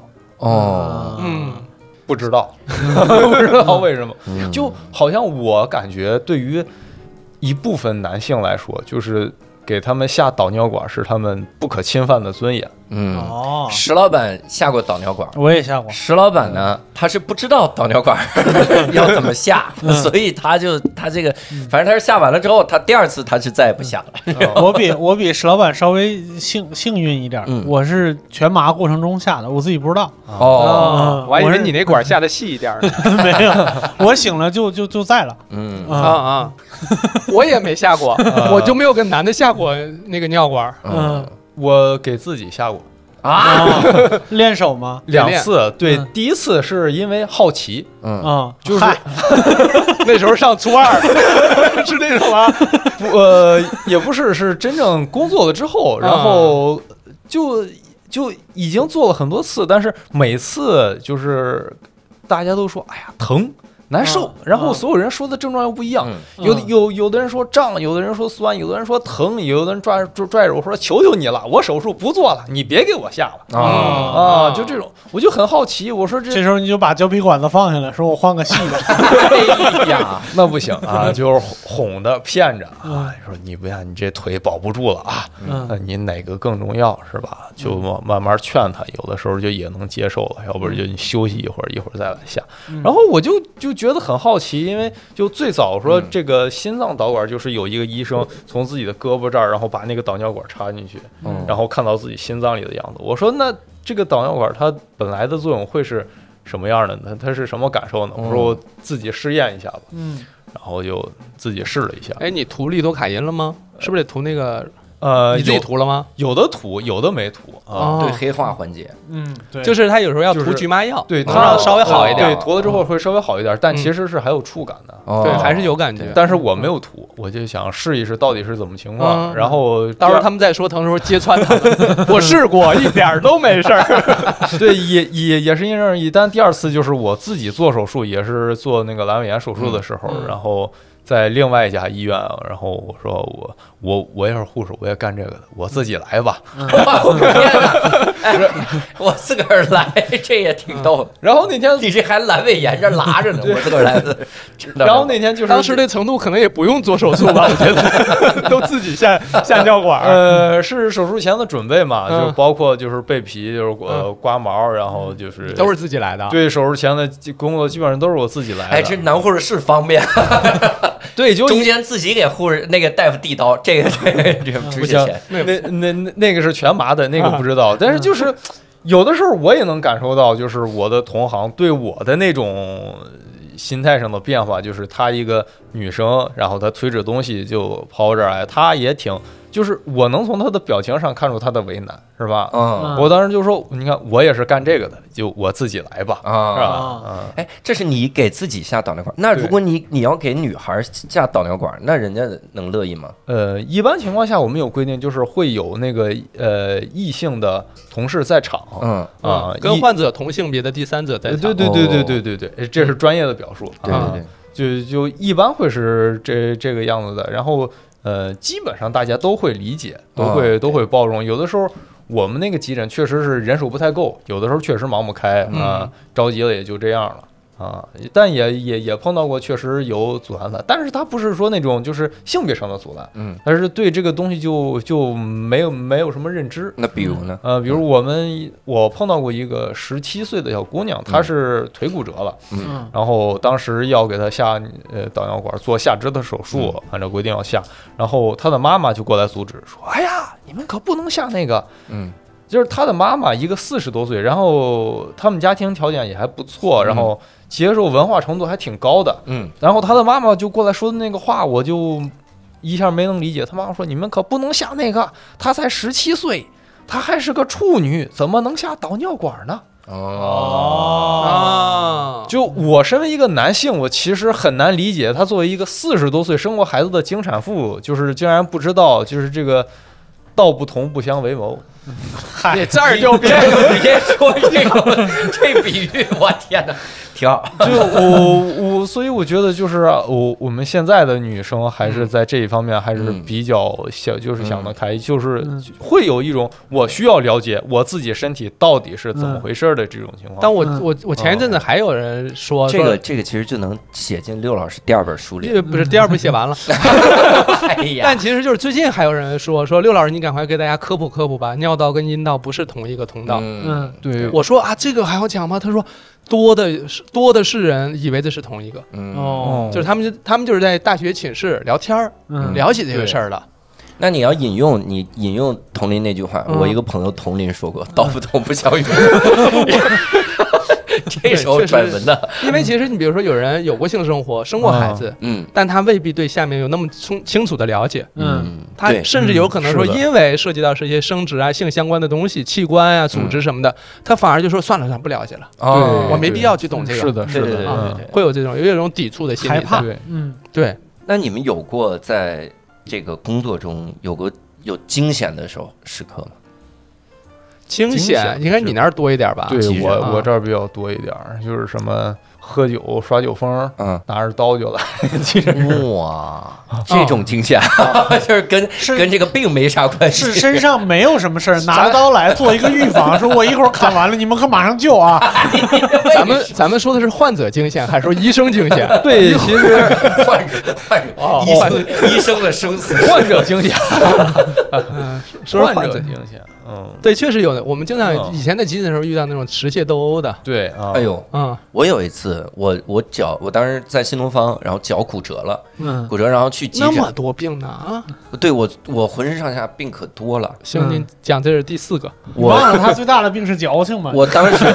S5: 不知道为什么。就好像我感觉对于一部分男性来说，就是给他们下导尿管是他们不可侵犯的尊严。
S1: 石老板下过导尿管，
S2: 我也下过。
S1: 石老板呢，他是不知道导尿管要怎么下，所以他这个，反正他是下完了之后，他第二次他是再也不下了。
S2: 我比石老板稍微幸运一点，我是全麻过程中下的，我自己不知道。
S4: 我还以为你那管下的细一点。
S2: 没有，我醒了就在了。
S4: 我也没下过，我就没有跟男的下过那个尿管。
S5: 我给自己下过
S2: 练手吗
S5: ？2次，对，第一次是因为好奇，就是
S4: 那时候上初2，是那种吗？
S5: 也不是，是真正工作了之后，然后就已经做了很多次，但是每次就是大家都说，哎呀，疼。难受，然后所有人说的症状又不一样，有的人说胀，有的人说酸，有的人说疼，有的人拽着我说求求你了，我手术不做了，你别给我下了就这种，我就很好奇，我说这
S2: 时候你就把胶皮管子放下来，说我换个细的。
S5: 哎呀，那不行啊，就是哄的骗着说你不行，你这腿保不住了啊，那你哪个更重要是吧？就慢慢劝他，有的时候就也能接受了，要不然就你休息一会儿再来下。然后我就觉得很好奇，因为就最早说这个心脏导管就是有一个医生从自己的胳膊这儿，然后把那个导尿管插进去，然后看到自己心脏里的样子。我说那这个导尿管它本来的作用会是什么样的呢？它是什么感受呢？我说我自己试验一下吧，然后就自己试了一下。
S4: 哎，你涂利多卡因了吗？是不是得涂那个？你自己涂了吗？
S5: 有的涂，有的没涂
S1: 对黑化环节，
S2: 对，
S4: 就是他有时候要涂局麻药，
S5: 对，
S4: 能让稍微好一点。
S5: 对，涂了之后会稍微好一点，但其实是还有触感的，
S4: 对，还是有感觉。
S5: 但是我没有涂，我就想试一试到底是怎么情况。然后
S4: 到时候他们在说疼的时候揭穿他们，我试过，一点都没事儿。
S5: 对，也是因人而异。但第二次就是我自己做手术，也是做那个阑尾炎手术的时候，然后在另外一家医院，然后我说我也是护士，我也干这个的，我自己来吧。
S1: 我自个儿来，这也挺逗。
S5: 然后那天
S1: 你这还阑尾炎这拉着呢，我自个儿来的。
S5: 然后那天就是
S4: 当时这程度可能也不用做手术吧，我觉得都自己下尿管。
S5: 是手术前的准备嘛，就包括就是备皮，就是刮毛，然后就是
S4: 都是自己来的。
S5: 对，手术前的工作基本上都是我自己来的。
S1: 哎，这男护士是方便。
S5: 对，就
S1: 中间自己给护士那个大夫递刀，这个
S5: 不行，那个是全麻的，那个不知道。但是就是有的时候我也能感受到，就是我的同行对我的那种心态上的变化，就是她一个女生，然后她推着东西就跑我这儿来，她也挺。就是我能从他的表情上看出他的为难，是吧？我当时就说，你看我也是干这个的，就我自己来吧，是吧？
S1: 哎，这是你给自己下导尿管，那如果你要给女孩下导尿管，那人家能乐意吗？
S5: 一般情况下我们有规定，就是会有那个异性的同事在场，
S4: 跟患者同性别的第三者在场。
S5: 对，这是专业的表述。对，就一般会是这个样子的，然后。基本上大家都会理解，都会包容。有的时候我们那个急诊确实是人手不太够，有的时候确实忙不开啊，着急了也就这样了啊。但也碰到过确实有阻拦的，但是他不是说那种就是性别上的阻拦，而是对这个东西就没有什么认知。
S1: 那比如呢？
S5: 比如我碰到过一个17岁的小姑娘，她是腿骨折了，然后当时要给她下导尿管做下肢的手术，按照规定要下，然后她的妈妈就过来阻止说：“哎呀，你们可不能下那个。”就是她的妈妈一个40多岁，然后他们家庭条件也还不错，然后接受文化程度还挺高的，然后她的妈妈就过来说的那个话，我就一下没能理解。她妈妈说：“你们可不能下那个，她才17岁。”她还是个处女，怎么能下导尿管呢？就我身为一个男性，我其实很难理解，她作为一个40多岁生过孩子的经产妇，就是竟然不知道，就是这个道不同不相为谋。
S4: 你这儿就别
S1: 说这比喻，我天哪，挺好。
S5: 就所以我觉得就是我们现在的女生还是在这一方面还是比较就是想得开，就是会有一种我需要了解我自己身体到底是怎么回事的这种情况。
S4: 但我前一阵子还有人说
S1: 这个其实就能写进刘老师第2本书里，
S4: 不是第2部写完了。但其实就是最近还有人说刘老师，你赶快给大家科普吧，尿道跟阴道不是同一个通道。
S5: 对，
S4: 我说啊，这个还要讲吗？他说多的是人以为这是同一个。就是他们就是在大学寝室聊天聊起这个事儿了。
S1: 那你要引用佟林那句话，我一个朋友佟林说过，道不同不相为谋。这时候转文的，
S4: 因为其实你比如说有人有过性生活，生过孩子，但他未必对下面有那么清楚的了解，他甚至有可能说，因为涉及到这些生殖啊、性相关的东西、器官啊、组织什么的，他反而就说算了，不了解了，我没必要去懂这个，
S5: 是的，
S4: 会有这种抵触的心理，
S2: 害怕，
S4: 对。
S1: 那你们有过在这个工作中有惊险的时刻吗？
S4: 惊险应该你那儿多一点吧？
S5: 对，我这儿比较多一点，就是什么喝酒耍酒疯，拿着刀就来。
S1: 哇，这种惊险就是跟这个病没啥关系，
S2: 是身上没有什么事儿，拿着刀来做一个预防，说我一会儿砍完了，你们可马上救啊！
S4: 咱们说的是患者惊险，还是说医生惊险？
S5: 对，其实
S1: 患者医生的生死，
S5: 患者惊险，
S4: 说
S5: 患者惊险。
S4: 对，确实有的。我们经常以前在急诊的时候遇到那种持械斗殴的。
S5: 对，
S1: 哎呦，我有一次，我脚，我当时在新东方，然后脚骨折了，骨折，然后去急诊。
S4: 那么多病呢啊！
S1: 对，我浑身上下病可多了。
S4: 行，您讲这是第4个。
S2: 我忘了他最大的病是矫情嘛。
S1: 我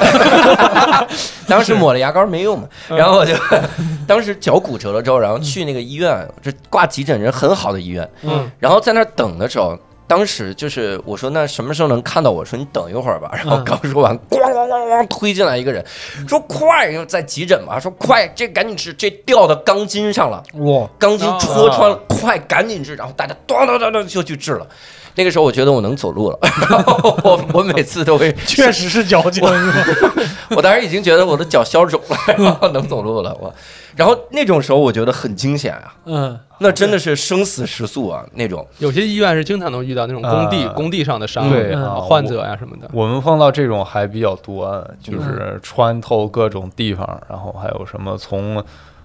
S1: 当时抹了牙膏没用嘛，然后我就当时脚骨折了之后，然后去那个医院，这挂急诊人很好的医院，然后在那儿等的时候。当时就是我说那什么时候能看到我？说你等一会儿吧。然后刚说完，咣咣咣推进来一个人，说快，在急诊嘛，说快，这赶紧吃，这掉到钢筋上了，哇，钢筋戳穿了，咵快，赶紧治，然后大家咚咚咚咚就去治了。那个时候我觉得我能走路了，然后我每次都会，
S2: 确实是矫情，
S1: 我当时已经觉得我的脚消肿了，然后能走路了，然后那种时候我觉得很惊险啊，那真的是生死时速啊那种。
S4: 有些医院是经常能遇到那种工地上的伤患者呀什么的。
S5: 我们碰到这种还比较多，就是穿透各种地方，然后还有什么从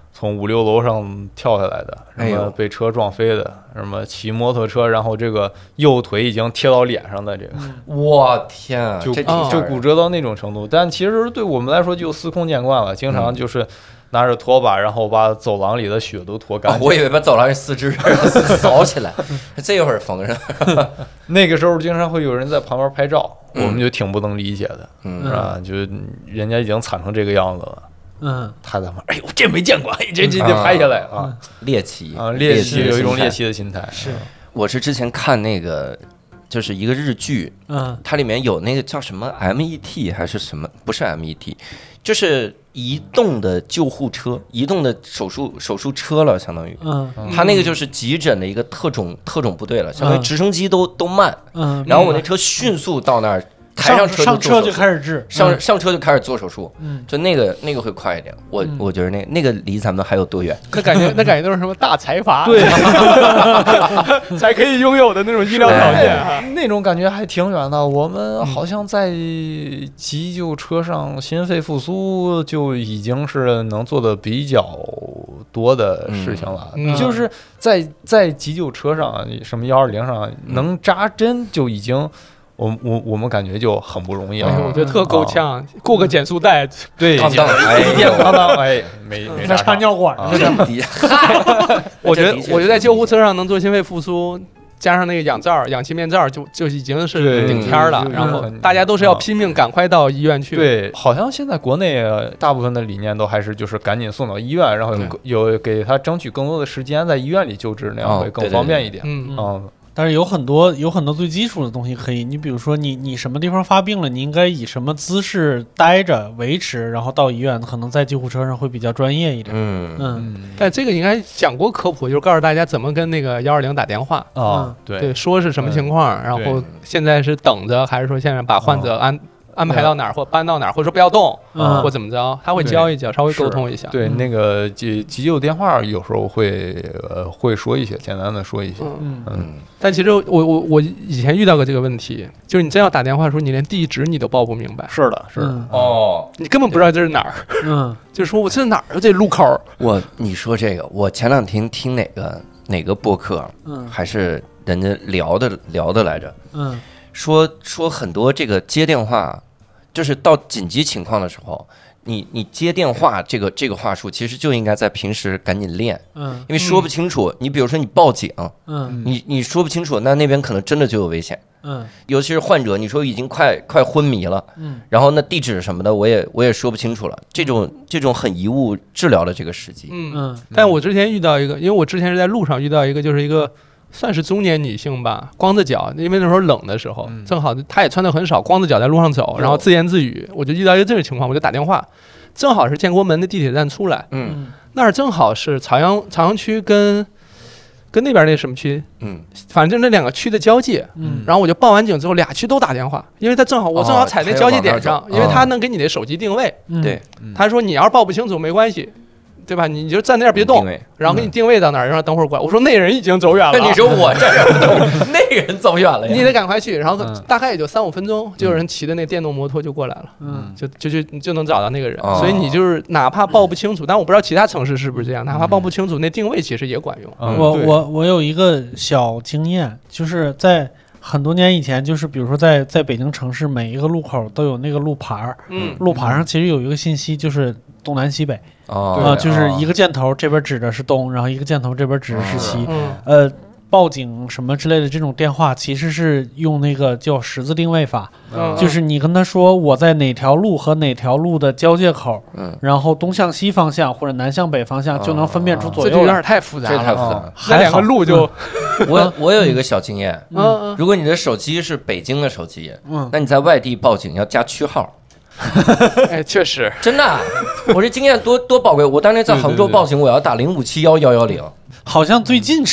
S5: 5、6楼上跳下来的，什么被车撞飞的，什么骑摩托车，然后这个右腿已经贴到脸上的这个，
S1: 我天啊，
S5: 就骨折到那种程度。但其实对我们来说就司空见惯了，经常就是拿着拖把，然后把走廊里的血都拖干净。
S1: 我以为把走廊里四肢扫起来，这会儿缝上。
S5: 那个时候经常会有人在旁边拍照，我们就挺不能理解的，是吧？就人家已经惨成这个样子了。他在那，哎呦，这没见过，这得拍下来啊！
S1: 猎奇
S5: 啊，猎奇有一种猎奇的心态。
S2: 是，
S1: 我是之前看那个，就是一个日剧，它里面有那个叫什么 MET 还是什么？不是 MET， 就是移动的救护车，移动的手术车了，相当于。它那个就是急诊的一个特种部队了，相当于直升机都慢。然后我那车迅速到那儿。抬上
S2: 车就开始治，
S1: 上车就开始做手术，就那个会快一点。我觉得那个离咱们还有多远？
S4: 那感觉都是什么大财阀，
S5: 对，
S4: 才可以拥有的那种医疗条件，
S5: 那种感觉还挺远的。我们好像在急救车上心肺复苏就已经是能做的比较多的事情了。就是在急救车上，什么120上能扎针就已经。我们感觉就很不容易了，
S4: 我觉得特够呛，过个减速带，
S5: 对，
S1: 当当，
S5: 没
S2: 那插尿管，
S4: 我觉得在救护车上能做心肺复苏，加上那个氧气面罩，就已经是顶天了。然后大家都是要拼命赶快到医院去。
S5: 对，好像现在国内大部分的理念都还是就是赶紧送到医院，然后有给他争取更多的时间在医院里救治，那样会更方便一点。
S2: 但是有很多最基础的东西可以，你比如说你什么地方发病了，你应该以什么姿势待着维持，然后到医院可能在救护车上会比较专业一点。
S4: 但这个应该讲过科普，就是告诉大家怎么跟那个120打电话对，说是什么情况，然后现在是等着还是说现在把患者安排到哪儿或搬到哪儿，或者说不要动，或怎么着，他会教一教，稍微沟通一下。
S5: 对，那个急救电话有时候会说一些，简单的说一些。
S4: 但其实我以前遇到过这个问题，就是你真要打电话的时候，你连地址你都报不明白。
S5: 是的，
S4: 你根本不知道这是哪儿。就是说我这是哪儿？这路口。
S1: 你说这个，我前两天听哪个播客，还是人家聊的来着，说很多这个接电话，就是到紧急情况的时候，你接电话这个话术，其实就应该在平时赶紧练，因为说不清楚，你比如说你报警，你说不清楚，那边可能真的就有危险，尤其是患者，你说已经快昏迷了，然后那地址什么的我也说不清楚了，这种很贻误治疗的这个时机，
S4: 但我之前遇到一个，因为我之前是在路上遇到一个，就是一个。算是中年女性吧，光着脚，因为那时候冷的时候，正好她也穿的很少，光着脚在路上走，然后自言自语，我就遇到一个这种情况，我就打电话，正好是建国门的地铁站出来，那儿正好是朝阳区跟那边那什么区，反正那两个区的交界，然后我就报完警之后，俩区都打电话，因为我正好踩在交界点上，因为他能给你的手机定位，
S1: 对，
S4: 他说你要是报不清楚没关系。对吧？你就站那儿别动，然后给你定位到哪儿，然后等会儿过来。我说那人已经走远了。
S1: 那你说我这人，那个人走远了呀？
S4: 你得赶快去。然后大概也就3-5分钟，就有人骑的那电动摩托就过来了。就能找到那个人。所以你就是哪怕报不清楚，但我不知道其他城市是不是这样，哪怕报不清楚，那定位其实也管用。
S2: 我有一个小经验，就是在很多年以前，就是比如说在北京城市每一个路口都有那个路牌，路牌上其实有一个信息，就是东南西北。就是一个箭头这边指的是东，然后一个箭头这边指的是西。报警什么之类的这种电话，其实是用那个叫十字定位法，就是你跟他说我在哪条路和哪条路的交界口，然后东向西方向或者南向北方向就能分辨出左右。
S4: 这就有点太复杂了，
S1: 这太复杂了。
S4: 那两个路就，
S1: 我有一个小经验，如果你的手机是北京的手机，那你在外地报警要加区号。
S4: 哎，确实，
S1: 真的，我这经验多宝贵。我当年在杭州报警，我要打05711110。
S2: 好像最近是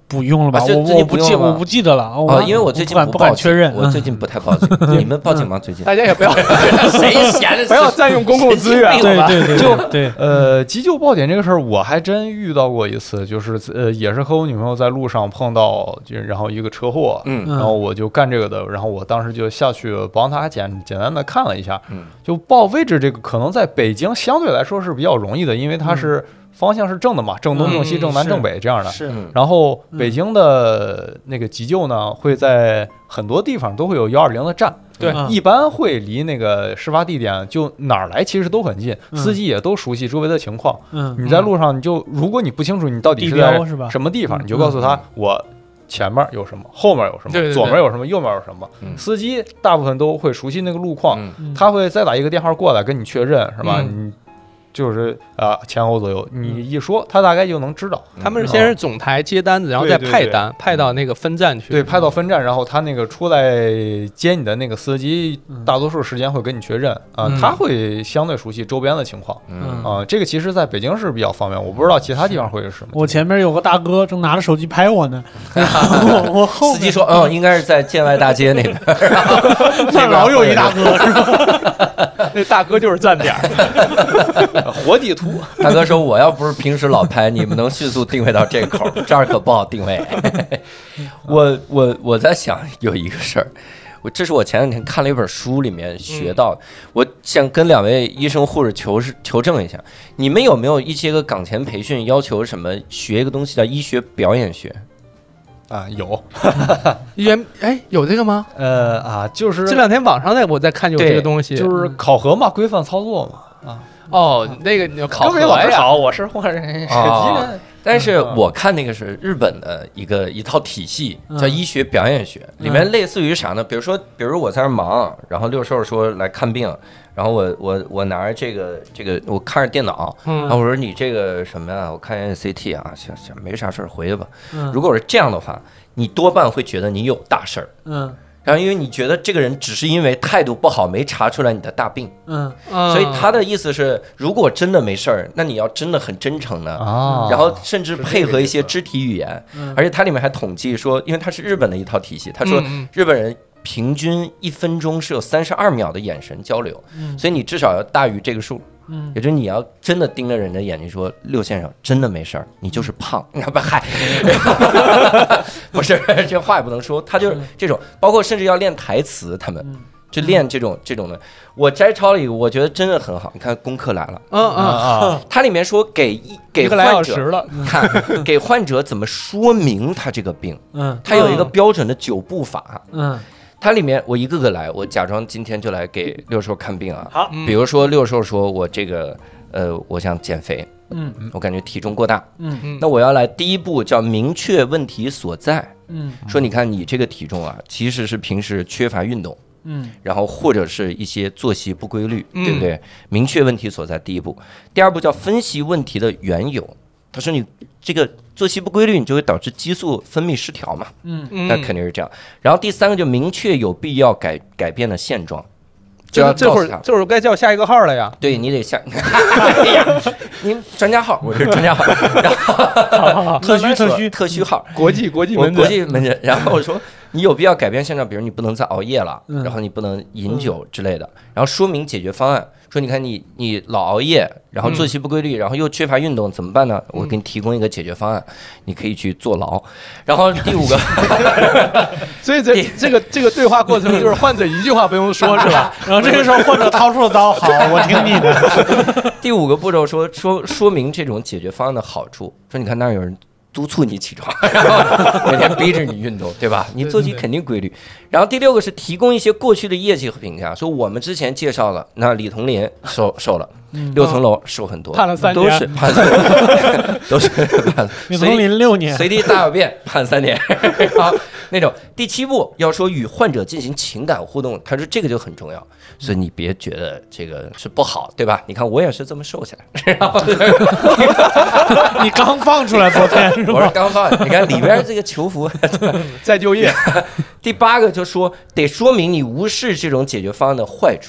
S2: 不用了吧？我不记得了。
S1: 因为我最近
S2: 不敢确认，
S1: 我最近不太报警。你们报警吗？最近
S4: 大家也不要
S1: 谁闲着
S4: 不要占用公共资源。
S2: 对，
S5: 急救报警这个事儿，我还真遇到过一次，就是也是和我女朋友在路上碰到，然后一个车祸，然后我就干这个的，然后我当时就下去帮他简单的看了一下，就报位置这个可能在北京相对来说是比较容易的，因为它是。方向是正的嘛，正东正西正南正北这样的。
S2: 是。
S5: 然后北京的那个急救呢，会在很多地方都会有120的站。
S4: 对，
S5: 一般会离那个事发地点就哪儿来其实都很近，司机也都熟悉周围的情况。你在路上你就如果你不清楚你到底是在什么地方，你就告诉他我前面有什么，后面有什么，左面有什么，右面有什么。司机大部分都会熟悉那个路况，他会再打一个电话过来跟你确认，是吧？你。就是前后左右，你一说，他大概就能知道。
S4: 他们是先是总台接单子，然后再派单，派到那个分站去。
S5: 对，派到分站，然后他那个出来接你的那个司机，大多数时间会跟你确认他会相对熟悉周边的情况。这个其实在北京是比较方便，我不知道其他地方会是什么。
S2: 我前面有个大哥正拿着手机拍我呢，我后
S1: 司机说，应该是在建外大街那边，
S2: 那老有一大哥是吧？
S4: 那大哥就是站点。
S5: 活地图，
S1: 大哥说我要不是平时老拍，你们能迅速定位到这口，这儿可不好定位。我在想有一个事儿，这是我前两天看了一本书里面学到，我想跟2位医生护士求证一下，你们有没有一些个岗前培训要求什么学一个东西叫医学表演学？
S5: 有，
S4: 有这个吗？
S5: 就是
S4: 这2天网上我在看有这个东西，
S5: 就是考核嘛，规范操作嘛。
S4: 那个你要考核
S5: 呀，我是护人。
S1: 但是我看那个是日本的一套体系，叫医学表演学，里面类似于啥呢？比如我在那忙，然后六兽说来看病，然后我拿着这个我看着电脑，然后我说你这个什么呀？我看一下 CT 啊，行，没啥事儿，回去吧。如果是这样的话，你多半会觉得你有大事儿。然后因为你觉得这个人只是因为态度不好没查出来你的大病，所以他的意思是，如果真的没事儿，那你要真的很真诚的，然后甚至配合一些肢体语言，而且它里面还统计说，因为它是日本的一套体系，他说日本人平均1分钟是有32秒的眼神交流，所以你至少要大于这个数。也就是你要真的盯着人的眼睛说，六先生真的没事儿，你就是胖，不嗨，不是这话也不能说，他就是这种，包括甚至要练台词，他们就练这种的。我摘抄了一个，我觉得真的很好，你看功课来了，它里面说给患者看，给患者怎么说明他这个病，他有一个标准的9步法，它里面我一个个来，我假装今天就来给六兽看病啊。
S2: 好，
S1: 比如说六兽说我这个我想减肥，我感觉体重过大，那我要来第一步叫明确问题所在，说你看你这个体重啊，其实是平时缺乏运动，然后或者是一些作息不规律，对不对？明确问题所在，第一步。第二步叫分析问题的缘由。他说你这个作息不规律，你就会导致激素分泌失调嘛，那肯定是这样。然后第3个就明确有必要改变的现状，就要告诉他，
S4: 这会儿该叫下一个号了呀。
S1: 对你得下，哎呀，您专家号，我是专家号，然后特需号，
S4: 国际门
S1: 诊。然后我说你有必要改变现状，比如你不能再熬夜了，然后你不能饮酒之类的，然后说明解决方案。说你看你老熬夜，然后作息不规律，然后又缺乏运动，怎么办呢？我给你提供一个解决方案，你可以去坐牢。然后第5个，
S4: 所以这个对话过程就是患者一句话不用说，是吧？
S2: 然后这个时候患者掏出了刀，好，我听你的。
S1: 第5个步骤说明这种解决方案的好处，说你看那儿有人督促你起床，然后每天逼着你运动，对吧？你作息肯定规律。然后第6个是提供一些过去的业绩和评价，说我们之前介绍了，那李同林瘦了，6层楼瘦很多，
S2: 判了3年，
S1: 都是判
S2: 李同林6年，
S1: 随地大小便判3年，然后那种。第7步要说与患者进行情感互动，他说这个就很重要，所以你别觉得这个是不好，对吧？你看我也是这么瘦下来，然后
S2: 你刚放出来昨天是吧？
S1: 我是刚放，你看里边这个囚服
S4: 再就业。
S1: 第8个就说得说明你无视这种解决方案的坏处，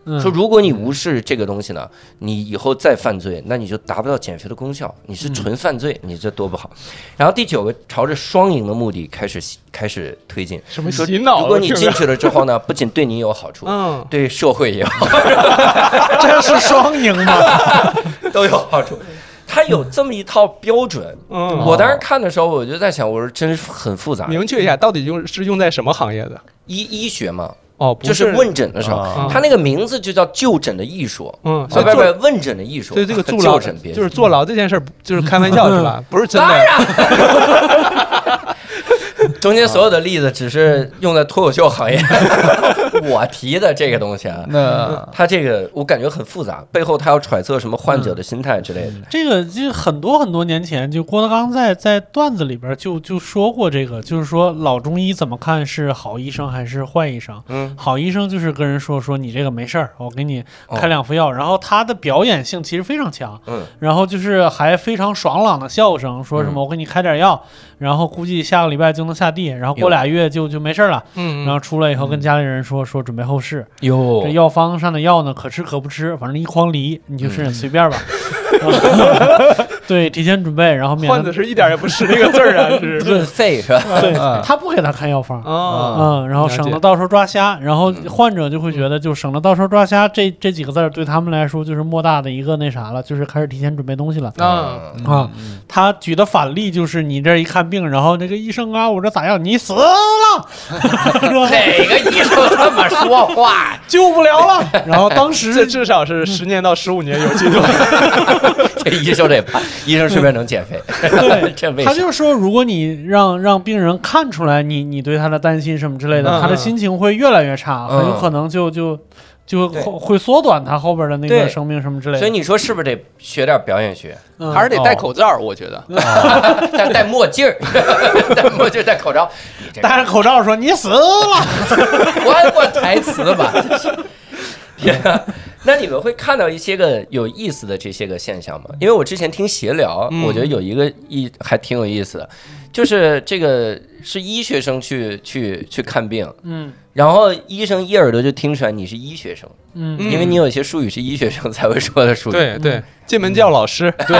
S1: 说如果你无视这个东西呢，你以后再犯罪，那你就达不到减肥的功效，你是纯犯罪，你这多不好。然后第9个朝着双赢的目的开始推进，
S4: 什么洗脑？
S1: 如果你进去了之后呢，不仅对你有好处，对社会也好，
S2: 这是双赢吗？
S1: 都有好处。他有这么一套标准，我当时看的时候，我就在想，我说真是很复杂。
S4: 明确一下，到底是用在什么行业的？
S1: 医学嘛，
S4: 不
S1: 就是问诊的时候，他那个名字就叫就诊的艺术，
S4: 所以
S1: 问诊的艺术。
S4: 所以这个就诊就是坐牢这件事，就是开玩笑是吧？不是真的。
S1: 当然。中间所有的例子只是用在脱口秀行业，我提的这个东西啊，他这个我感觉很复杂，背后他要揣测什么患者的心态之类的。
S2: 这个就很多年前，就郭德纲在段子里边就说过这个，就是说老中医怎么看是好医生还是坏医生？好医生就是跟人说你这个没事儿，我给你开2副药，然后他的表演性其实非常强，然后就是还非常爽朗的笑声，说什么我给你开点药，然后估计下个礼拜就能下地，然后过2月就没事了，然后出来以后跟家里人说准备后事，这药方上的药呢可吃可不吃，反正一筐梨，你就是随便吧。对，提前准备，然后
S4: 患者是一点也不是那个字儿啊，是
S1: 润肺是吧？
S2: 对，他不给他开药方然后省得到时候抓瞎，然后患者就会觉得就省得到时候抓瞎，这几个字儿对他们来说就是莫大的一个那啥了，就是开始提前准备东西了他举的反例就是你这一看病，然后那个医生啊，我这咋样？你死了。
S1: 哪个医生这么说话？
S2: 救不了了。然后当时
S4: 这至少是10年到15年有记录。
S1: 这医生得怕，医生是不是能减肥？
S2: 对，
S1: 这
S2: 他就说，如果你让病人看出来你对他的担心什么之类的，他的心情会越来越差，很有可能就会缩短他后边的那个生命什么之类的。
S1: 所以你说是不是得学点表演学？
S4: 还是得戴口罩？我觉得
S1: 戴墨镜儿，戴墨镜戴口罩，
S2: 戴着口罩说你死了，
S1: 关过台词吧。天啊！那你们会看到一些个有意思的这些个现象吗？因为我之前听闲聊，我觉得有一个还挺有意思的，就是这个是医学生去看病，然后医生一耳朵就听出来你是医学生，因为你有一些术语是医学生才会说的术语，
S4: 对，进门叫老师，
S1: 对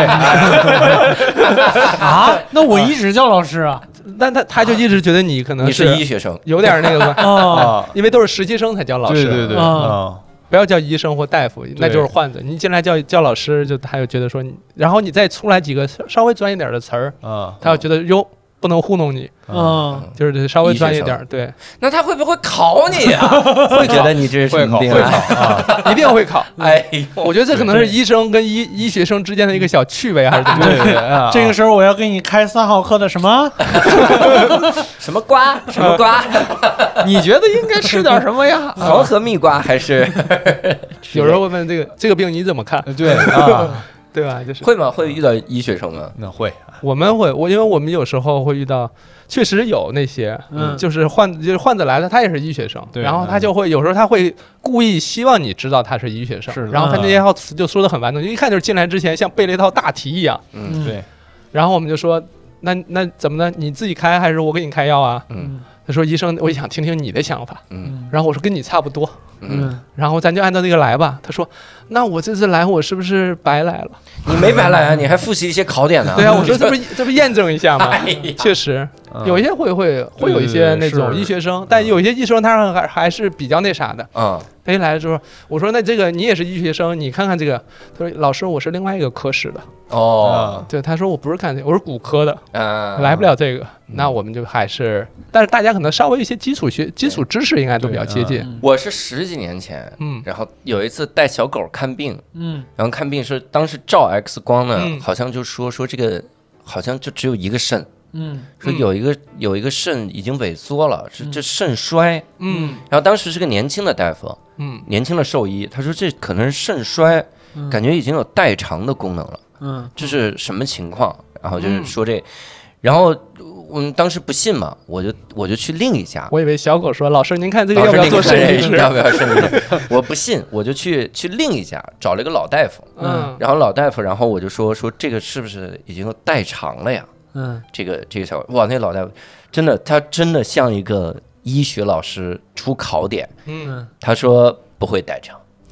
S2: 啊，那我一直叫老师啊，
S4: 但他就一直觉得你可能
S1: 是医学生，
S4: 有点那个因为都是实习生才叫老师，
S5: 对
S4: 不要叫医生或大夫，那就是患者。你进来叫老师，就他又觉得说你，然后你再出来几个稍微专业点的词儿，他又觉得哟不能糊弄你，就是稍微专业点。对，
S1: 那他会不会考你啊？会觉得你这是
S5: 会考
S4: 一定会考。
S1: 哎，
S4: 我觉得这可能是医生跟医学生之间的一个小趣味，还是怎么
S2: 样？这个时候我要给你开3号课的什么
S1: 什么瓜？什么瓜？
S4: 你觉得应该吃点什么呀？
S1: 黄河蜜瓜还是？
S4: 有人会问这个病你怎么看？
S5: 对啊。
S4: 对吧？就是
S1: 会吗？会遇到医学生吗？
S5: 那会，
S4: 我们会，因为我们有时候会遇到，确实有那些，就是患者来了，他也是医学生，然后他就会有时候他会故意希望你知道他是医学生，然后他那些套词就说的很完整，一看就是进来之前像背了一套大题一样，
S5: 对。
S4: 然后我们就说，那怎么呢？你自己开还是我给你开药啊？他说医生，我想听听你的想法。然后我说跟你差不多。然后咱就按照这个来吧。他说，那我这次来我是不是白来了？
S1: 你没白来啊，你还复习一些考点呢。
S4: 对啊，我说这不验证一下吗？确实，有一些会有一些那种医学生，但有一些医生他还是比较那啥的。他一来了之后，我说那这个你也是医学生，你看看这个。他说老师，我是另外一个科室的。对，他说我不是看这个，我是骨科的，来不了这个。那我们就还是，但是大家可能稍微一些基础知识应该都比较接近。
S1: 我是10几年前，然后有一次带小狗看病，然后看病是当时照 X 光呢，好像就说这个好像就只有一个肾。说有一个肾已经萎缩了，这肾衰。然后当时是个年轻的大夫，年轻的兽医，他说这可能是肾衰，感觉已经有代偿的功能了。这是什么情况？然后就是说这，然后我们当时不信嘛，我就去另一家。
S4: 我以为小狗说老师您看这个要不要做肾移植？
S1: 要不要肾移植？我不信，我就去另一家找了一个老大夫。然后老大夫，然后我就说这个是不是已经有代偿了呀？这个小哇，那老大夫真的，他真的像一个医学老师出考点。他说不会代偿。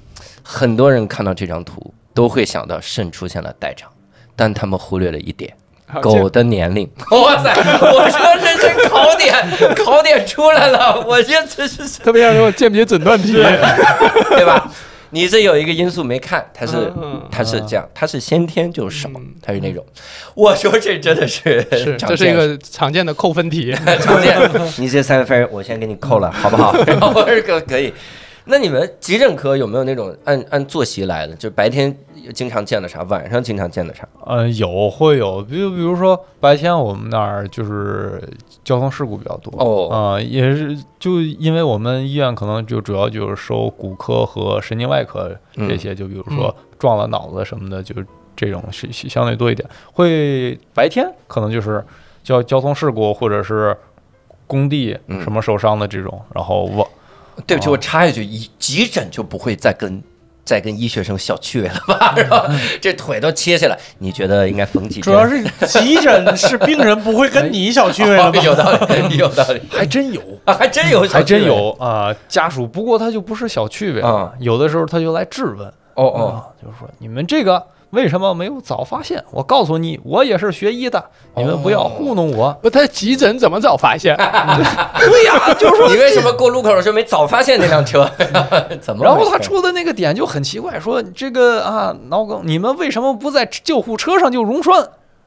S1: 很多人看到这张图都会想到肾出现了代偿，但他们忽略了一点。狗的年龄，哇塞！我说这是考点出来了，我觉得这是
S4: 特别像那种鉴别诊断题，
S1: 对吧？你是有一个因素没看，它是这样，它是先天就少，它是那种。我说这真的是
S4: 这是一个常见的扣分题，
S1: 常见。你这3分我先给你扣了，好不好？然后我说可以。那你们急诊科有没有那种按作息来的？就是白天经常见的啥，晚上经常见的啥？
S5: 会有，比如说白天我们那儿就是交通事故比较多也是就因为我们医院可能就主要就是收骨科和神经外科这些，就比如说撞了脑子什么的，就这种是相对多一点。会白天可能就是交通事故或者是工地什么受伤的这种，然后
S1: 对不起，我插一句，急诊就不会再跟医学生小趣味了吧？是吧？这腿都切下来，你觉得应该缝几天？
S2: 主要是急诊是病人不会跟你小趣味了吧？
S1: 有道理，有道理，
S5: 还真有
S1: 啊，还真有
S5: 啊！家属不过他就不是小趣味啊，有的时候他就来质问，就是说你们这个为什么没有早发现？我告诉你，我也是学医的，你们不要糊弄我。
S4: 他急诊怎么早发现？
S5: 对呀，就是说
S1: 你为什么过路口的时候没早发现那辆车？怎么？
S5: 然后他出的那个点就很奇怪，说这个脑梗，你们为什么不在救护车上就溶栓？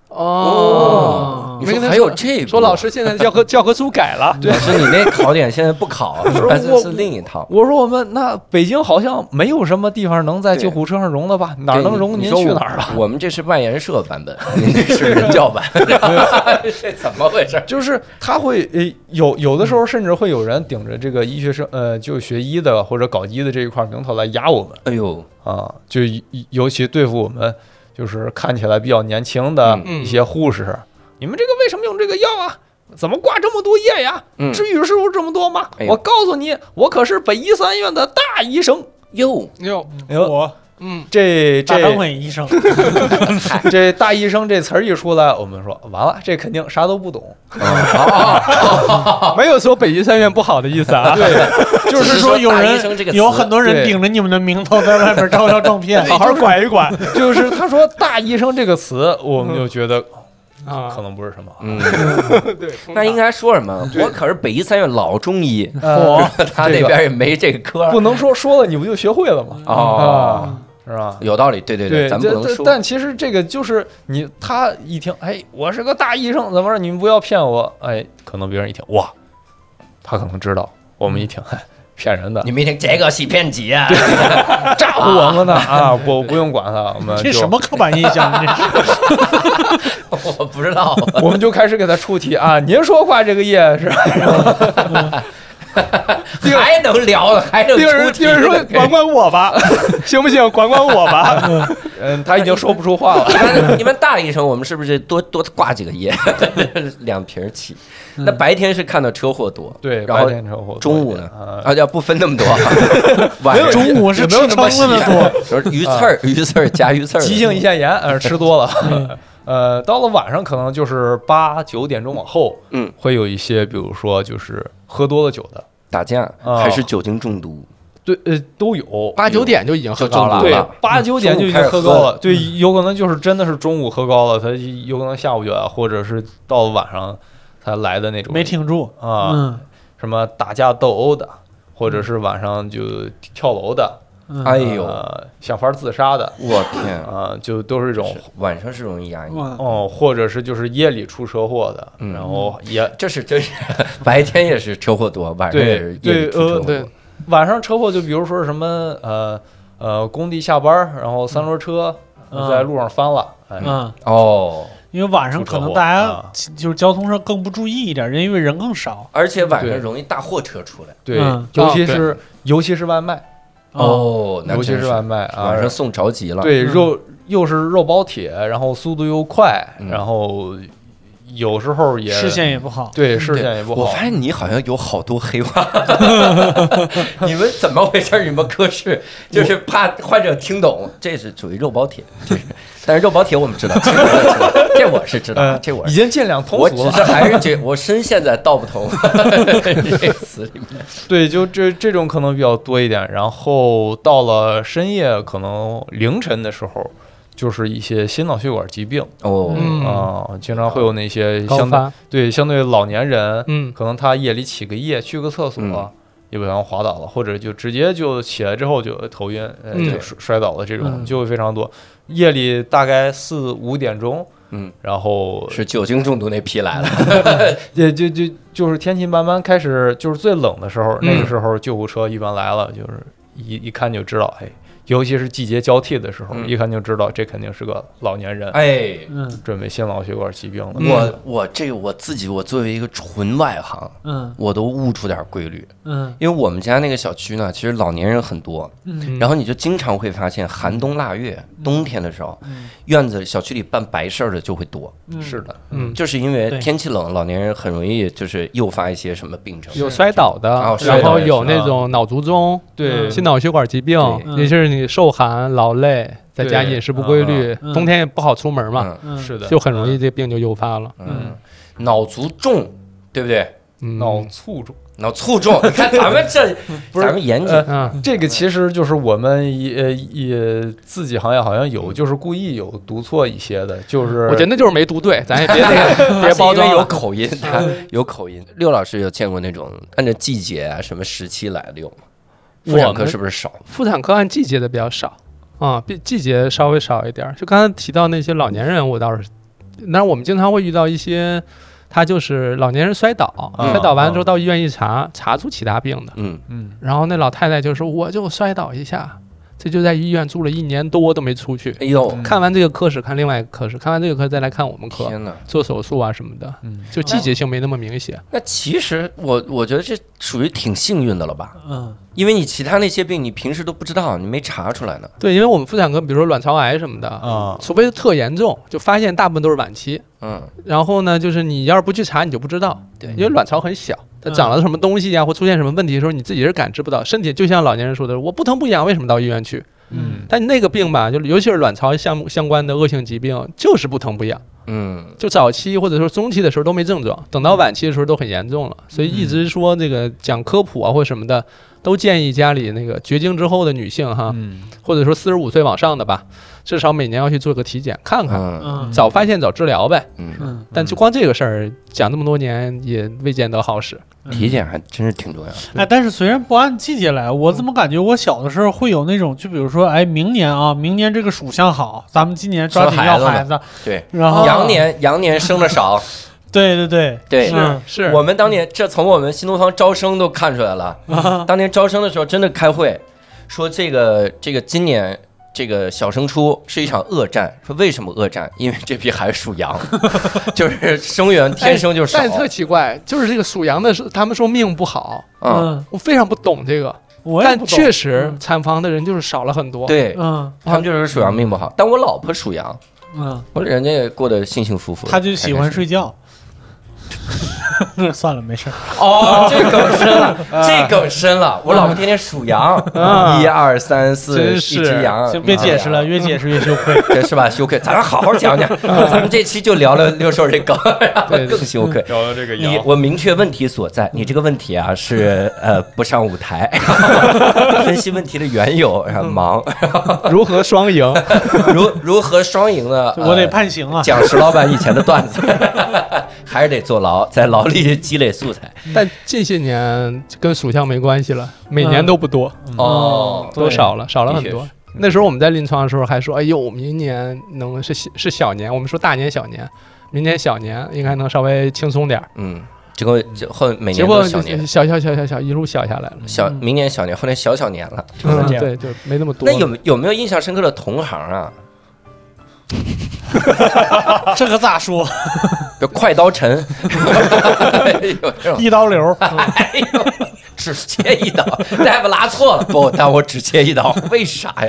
S1: 你说还有这个？
S4: 说老师现在教科书改了，
S1: 老师你那考点现在不考，是另一套。
S5: 我说我们那北京好像没有什么地方能在救护车上溶的吧？哪儿能溶您去哪儿了？
S1: 我们这是外研社版本，您这是人教版，这怎么回事？
S5: 就是他会有的时候甚至会有人顶着这个医学生就学医的或者搞医的这一块名头来压我们。
S1: 哎呦
S5: 就尤其对付我们。就是看起来比较年轻的一些护士，你们这个为什么用这个药啊？怎么挂这么多页呀？至于是有这么多吗？我告诉你，我可是北医3院的大医生。
S2: 我
S5: 这
S2: 大张伟医生，
S5: 这大医生这词儿一出来，我们说完了，这肯定啥都不懂。
S4: 没有说北医3院不好的意思啊。
S5: 对，
S2: 就是说有很多人顶着你们的名头在外边招摇撞骗，
S4: 好好管一管。
S5: 就是他说大医生这个词，我们就觉得可能不是什么。
S4: 对，
S1: 那应该说什么？我可是北医3院老中医，他那边也没这个科，
S5: 不能说了你不就学会了吗？是吧？
S1: 有道理，对，咱不能说。
S5: 但其实这个就是他一听，我是个大医生，怎么着？你们不要骗我，可能别人一听，哇，他可能知道。我们一听，骗人的。
S1: 你们一听这个洗骗机啊，
S5: 诈唬我们呢不用管他，我们
S2: 这什么刻板印象？这
S1: 是我不知道，
S5: 我们就开始给他出题啊。您说挂这个页是吧？
S1: 还能聊了，还能出题。
S4: 有人说管管我吧，行不行？管管我吧。
S5: 他已经说不出话了。
S1: 你们大医生，我们是不是多挂几个页？2瓶起。那白天是看到车祸多，
S5: 对，
S1: 然后
S5: 白天车祸多。
S1: 中午呢？要不分那么多。晚上
S2: 中午是吃撑了的
S1: 多，鱼刺儿加鱼刺儿，
S5: 急性胰腺炎，吃多了。到了晚上可能就是8、9点钟往后，会有一些，比如说就是喝多了酒的，
S1: 打架还是酒精中毒。
S5: 对，都有
S4: 8、9点就已经喝高了，
S5: 对，8、9点就已经喝高了，对，有可能就是真的是中午喝高了，他有可能下午就来，或者是到了晚上才来的那种，
S2: 没挺住
S5: 什么打架斗殴的，或者是晚上就跳楼的，
S1: 哎呦，
S5: 想法自杀的，
S1: 我天
S5: 就都是这种
S1: 晚上是容易压抑
S5: 或者是就是夜里出车祸的，然后
S1: 这是真是白天也是车祸多，晚上也是夜里出车祸多。
S5: 晚上车祸就比如说什么工地下班，然后3轮车在路上翻了，
S2: 因为晚上可能大家就是交通上更不注意一点，因为人更少，
S1: 而且晚上容易大货车出来，
S5: 对，尤其是外卖尤其是外卖
S1: 晚上送着急了，
S5: 对，又是肉包铁，然后速度又快，然后有时候也
S2: 视线也不好，
S5: 对，视线也不好。
S1: 我发现你好像有好多黑话，你们怎么回事？你们科室就是怕患者听懂，这是属于肉包铁，这是。但是肉包铁我们知道，这我是知道，这我
S5: 已经尽量通俗了。
S1: 我只是还是觉我深陷在道不同这词里面。
S5: 对，就这种可能比较多一点。然后到了深夜，可能凌晨的时候，就是一些心脑血管疾病经常会有那些相对老年人，可能他夜里起个夜，去个厕所。也不小心滑倒了，或者就直接就起来之后就头晕，就摔倒了，这种就会非常多。夜里大概4、5点钟，然后
S1: 是酒精中毒那批来了，
S5: 就是天气慢慢开始就是最冷的时候，那个时候救护车一般来了，就是一看就知道，尤其是季节交替的时候，一看就知道这肯定是个老年人，准备心脑血管疾病了。
S1: 我自己作为一个纯外行，我都悟出点规律，因为我们家那个小区呢，其实老年人很多，然后你就经常会发现寒冬腊月，冬天的时候，院子小区里办白事儿的就会多。
S5: 是的，
S1: 就是因为天气冷，老年人很容易就是诱发一些什么病症，
S4: 有摔倒的，然后有那种脑卒中，对，心脑血管疾病，也就是你受寒劳累，再加饮食不规律，冬天也不好出门嘛，
S5: 是的，
S4: 就很容易这病就诱发了。
S1: 脑卒中，对不对？
S5: 脑卒中，
S1: 脑卒中，你看咱们咱们严谨，
S5: 这个其实就是我们也自己行业好像有，就是故意有读错一些的，就是
S4: 我觉得那就是没读对，咱也别包装，
S1: 有口音，有口音。六老师有见过那种按照季节啊什么时期来的有吗？妇产科是不是少？
S4: 妇产科按季节的比较少季节稍微少一点。就刚才提到那些老年人，我倒是，那我们经常会遇到一些，他就是老年人摔倒，摔倒完之后到医院一查出其他病的，然后那老太太就说我就摔倒一下，这就在医院住了1年多都没出去。
S1: 哎呦，
S4: 看完这个科室看另外一个科室，看完这个科再来看我们科，
S1: 天哪，
S4: 做手术啊什么的，就季节性没那么明显。
S1: 那其实我觉得这属于挺幸运的了吧？因为你其他那些病你平时都不知道，你没查出来呢。
S4: 对，因为我们妇产科比如说卵巢癌什么的除非是特严重，就发现大部分都是晚期。然后呢，就是你要是不去查，你就不知道。对，因为卵巢很小，它长了什么东西呀，或出现什么问题的时候，你自己是感知不到。身体就像老年人说的，我不疼不痒，为什么到医院去？但那个病吧，就尤其是卵巢相关的恶性疾病，就是不疼不痒。就早期或者说中期的时候都没症状，等到晚期的时候都很严重了。所以一直说这个讲科普啊或什么的，都建议家里那个绝经之后的女性或者说45岁往上的吧，至少每年要去做个体检看看，早发现早治疗呗。但就光这个事儿讲这么多年也未见得好使。
S1: 体检还真是挺重要的。
S2: 但是虽然不按季节来，我怎么感觉我小的时候会有那种，就比如说明年这个属相好，咱们今年抓紧要孩子。
S1: 对，
S2: 然后
S1: 羊年生的少。
S2: 对，
S4: 是
S1: 我们当年这从我们新东方招生都看出来了。当年招生的时候真的开会说这个今年这个小升初是一场恶战，说为什么恶战？因为这批孩子属羊，就是生源天生就少。
S4: 但特奇怪，就是这个属羊的，他们说命不好。我非常不懂这个。但确实产房的人就是少了很多。
S1: 对，他们就是属羊命不好。但我老婆属羊，人家也过得幸幸福福。
S2: 他就喜欢睡觉。算了，没事。
S1: 这梗深了，我老婆天天数羊，1、2、3、4，一只羊。
S2: 就别解释了，越解释越羞愧，
S1: 是吧？羞愧，咱们好好讲讲。咱们这期就聊了六兽这梗，更羞愧。
S5: 聊了这个羊，
S1: 我明确问题所在。你这个问题啊是不上舞台，分析问题的缘由，忙。
S4: 如何双赢？
S1: 如何双赢呢？
S2: 我得判刑啊！
S1: 讲石老板以前的段子，还是得坐牢，在牢里积累素材。
S4: 但近些年跟属相没关系了，每年都不多都少了很多。那时候我们在临床的时候还说，哎呦，明年能是小年，我们说大年小年，明年小年应该能稍微轻松点。
S1: 结果后每年都小年，
S4: 小一路小下来了。
S1: 明年小年，后年小年了。
S4: 对，就没那么多。
S1: 那有没有印象深刻的同行啊？
S2: 这可咋说？
S1: 就快刀陈，
S2: 一刀流，
S1: 只切一刀，大夫拉错了，不，但我只切一刀，为啥呀？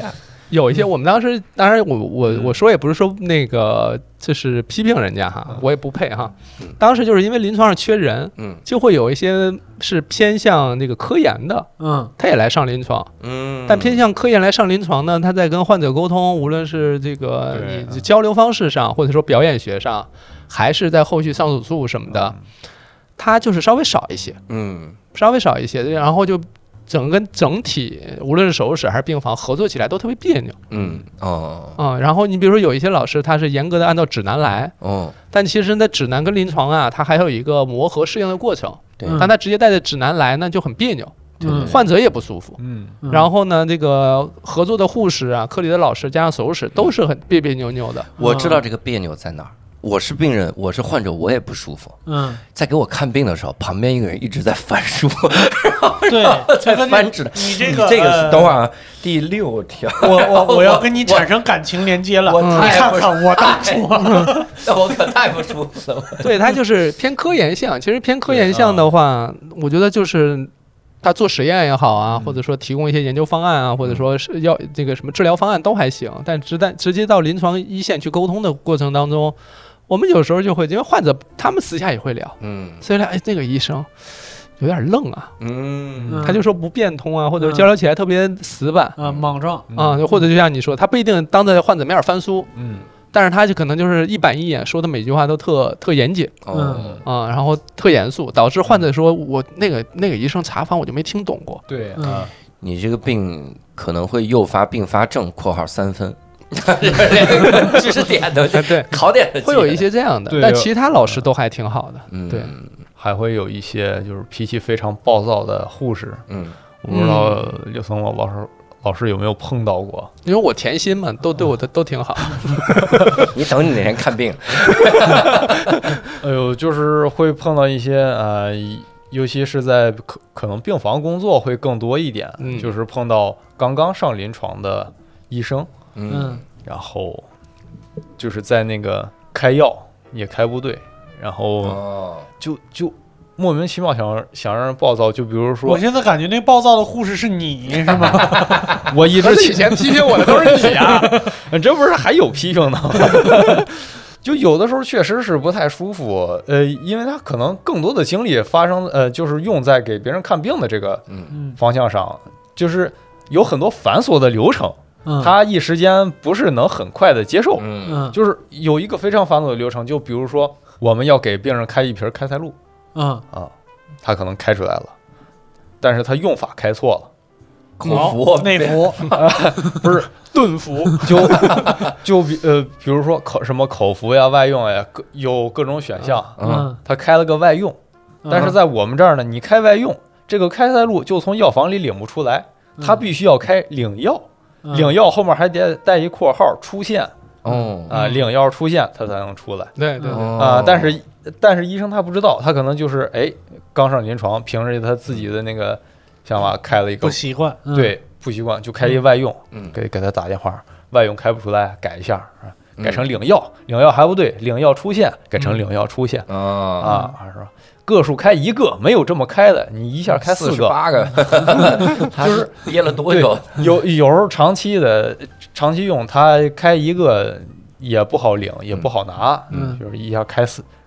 S4: 有一些我们当时，当然我说也不是说那个就是批评人家哈，我也不配哈。当时就是因为临床上缺人，就会有一些是偏向那个科研的，他也来上临床，但偏向科研来上临床呢，他在跟患者沟通，无论是这个你交流方式上，或者说表演学上，还是在后续上手术什么的，他就是稍微少一些，稍微少一些，然后就。整体，无论是手术室还是病房，合作起来都特别别扭。然后你比如说有一些老师，他是严格的按照指南来，但其实在指南跟临床啊，他还有一个磨合适应的过程。但他直接带着指南来呢，就很别扭，患者也不舒服。然后呢，这个合作的护士啊、科里的老师加上手术室都是很别别扭扭的。
S1: 我知道这个别扭在哪儿。我是病人，我是患者，我也不舒服。在给我看病的时候，旁边一个人一直在翻书，
S2: 对，
S1: 在翻纸。
S2: 你
S1: 这个是等会儿啊，第6条，
S2: 我要跟你产生感情连接了。你看看我当初，
S1: 那我可太不舒服了。
S4: 对，他就是偏科研项。其实偏科研项的话，我觉得就是他做实验也好啊，或者说提供一些研究方案啊，或者说是要这个什么治疗方案都还行。但直接到临床一线去沟通的过程当中。我们有时候就会，因为患者他们私下也会聊，所以这个医生有点愣啊，他就说不变通啊，或者交流起来特别死板
S2: 莽撞
S4: 啊，或者就像你说，他不一定当着患者面翻书，但是他就可能就是一板一眼说的每句话都特严谨，然后特严肃，导致患者说我那个医生查房我就没听懂过，
S5: 对
S1: 你这个病可能会诱发并发症（括号3分）。知识点的
S4: 对，
S1: 考点的
S4: 会有一些这样的，但其他老师都还挺好的。对，
S5: 还会有一些就是脾气非常暴躁的护士。我不知道刘松老师有没有碰到过？
S4: 因为我甜心嘛，都对我的都挺好。
S1: 你等你哪天看病。
S5: 哎呦，就是会碰到一些尤其是在可能病房工作会更多一点，就是碰到刚上临床的医生。然后就是在那个开药也开不对，然后就莫名其妙想让人暴躁，就比如说，
S2: 我现在感觉那暴躁的护士是你是吗？
S5: 我一直
S4: 以前批评我的都是你啊，
S5: 这不是还有批评呢吗？就有的时候确实是不太舒服，因为他可能更多的精力发生就是用在给别人看病的这个方向上，就是有很多繁琐的流程。他一时间不是能很快的接受，就是有一个非常繁琐的流程，就比如说我们要给病人开一瓶开塞露，他可能开出来了，但是他用法开错了，
S1: 口服
S2: 内服
S5: 不是顿服，就比如说什么口服呀、外用呀，有各种选项，他开了个外用，但是在我们这儿呢，你开外用，这个开塞露就从药房里领不出来，他必须要开领药。领药后面还得带一括号出现领药出现它才能出来。
S4: 对
S5: 但是医生他不知道，他可能就是刚上临床，凭着他自己的那个想法开了一个
S2: 不习惯，
S5: 对不习惯就开一外用，给他打电话，外用开不出来改一下，改成领药，领药还不对，领药出现改成领药出现是吧？个数开一个，没有这么开的，你一下开
S1: 48个，
S5: 就是
S1: 憋了多久？
S5: 有时候长期用，他开一个也不好领，也不好拿，就是一下开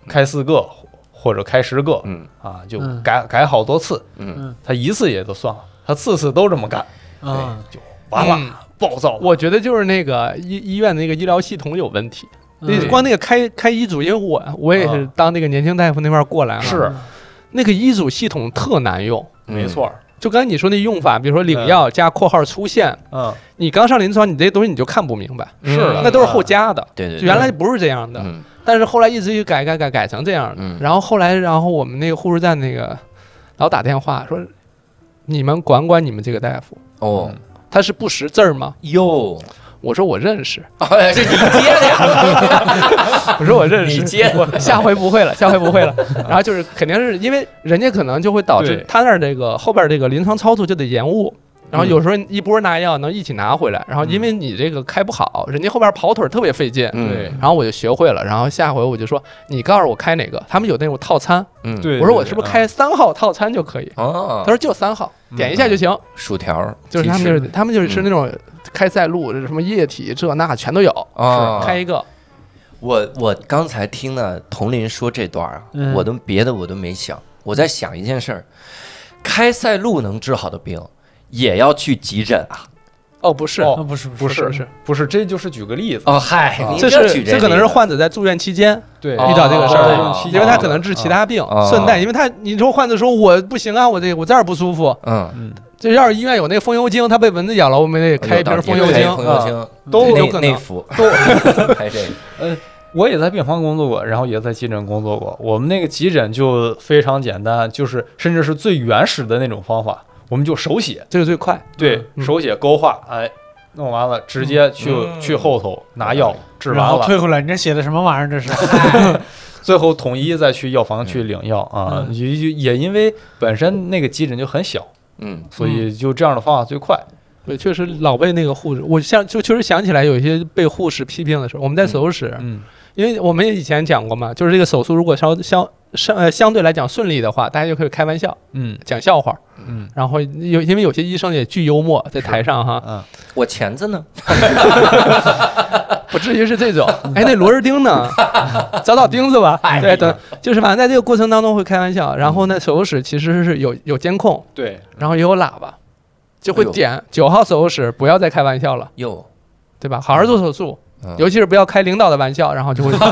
S5: 4个或者开10个，就改好多次，他一次也就算了，他次都这么干，就完了，暴躁。
S4: 我觉得就是那个医院那个医疗系统有问题。光那个开医嘱，因为我也是当那个年轻大夫那块过来，
S5: 是
S4: 那个医嘱系统特难用，
S5: 没错。
S4: 就刚才你说那用法，比如说领药加括号出现，你刚上临床，你这些东西你就看不明白，
S5: 是的，
S4: 那都是后加的，
S1: 对，
S4: 原来不是这样的，但是后来一直改成这样的，然后后来我们那个护士站那个老打电话说，你们管你们这个大夫他是不识字儿吗？
S1: 哟。
S4: 我说我认识，
S1: 是你接的呀？
S4: 我说我认识，
S1: 你接，
S4: 我下回不会了。然后就是肯定是因为人家可能就会导致他那儿这个后边这个临床操作就得延误，然后有时候一波拿药能一起拿回来，然后因为你这个开不好，人家后边跑腿特别费劲，
S5: 对。
S4: 然后我就学会了，然后下回我就说你告诉我开哪个，他们有那种套餐，
S5: 对。
S4: 我说我是不是开3号套餐就可以？他说就3号，点一下就行。
S1: 薯条
S4: 就是他们就是吃那种开赛路，什么液体这那全都有
S1: 啊，
S4: 开一个。
S1: 我刚才听了佟林说这段啊，别的我都没想，我在想一件事儿，开赛路能治好的病，也要去急诊啊？
S4: 哦，不是，
S5: 不是，这就是举个例子。
S1: 哦，嗨，
S4: 这可能是患者在住院期间
S5: 对
S4: 遇到这个事儿，因为他可能治其他病，顺带，因为你说患者说我不行啊，我这儿不舒服，这要是医院有那个风油精，他被蚊子咬了，我们得开一瓶风油精，
S1: 都
S4: 有可能。
S1: 内服开这个。
S5: 我也在病房工作过，然后也在急诊工作过。我们那个急诊就非常简单，就是甚至是最原始的那种方法，我们就手写，
S4: 这个最快。
S5: 对，手写勾画，哎，弄完了直接去后头拿药治完了，
S2: 然后退回来，你这写的什么玩意儿？这是。
S5: 最后统一再去药房去领药啊。也因为本身那个急诊就很小，所以就这样的方法最快。
S4: 对，确实老被那个护士，我就确实想起来有一些被护士批评的时候，我们在手术室，因为我们也以前讲过嘛，就是这个手术如果相对来讲顺利的话，大家就可以开玩笑，讲笑话，然后因为有些医生也巨幽默，在台上哈，
S1: 我钳子呢？
S4: 不至于是这种，哎，那螺丝钉呢？找找钉子吧。对，等就是反正在这个过程当中会开玩笑，然后呢，手术室其实是有监控，
S5: 对，
S4: 然后也有喇叭。就会点9号手术室，不要再开玩笑了，对吧？好好做手术，尤其是不要开领导的玩笑，然后就会，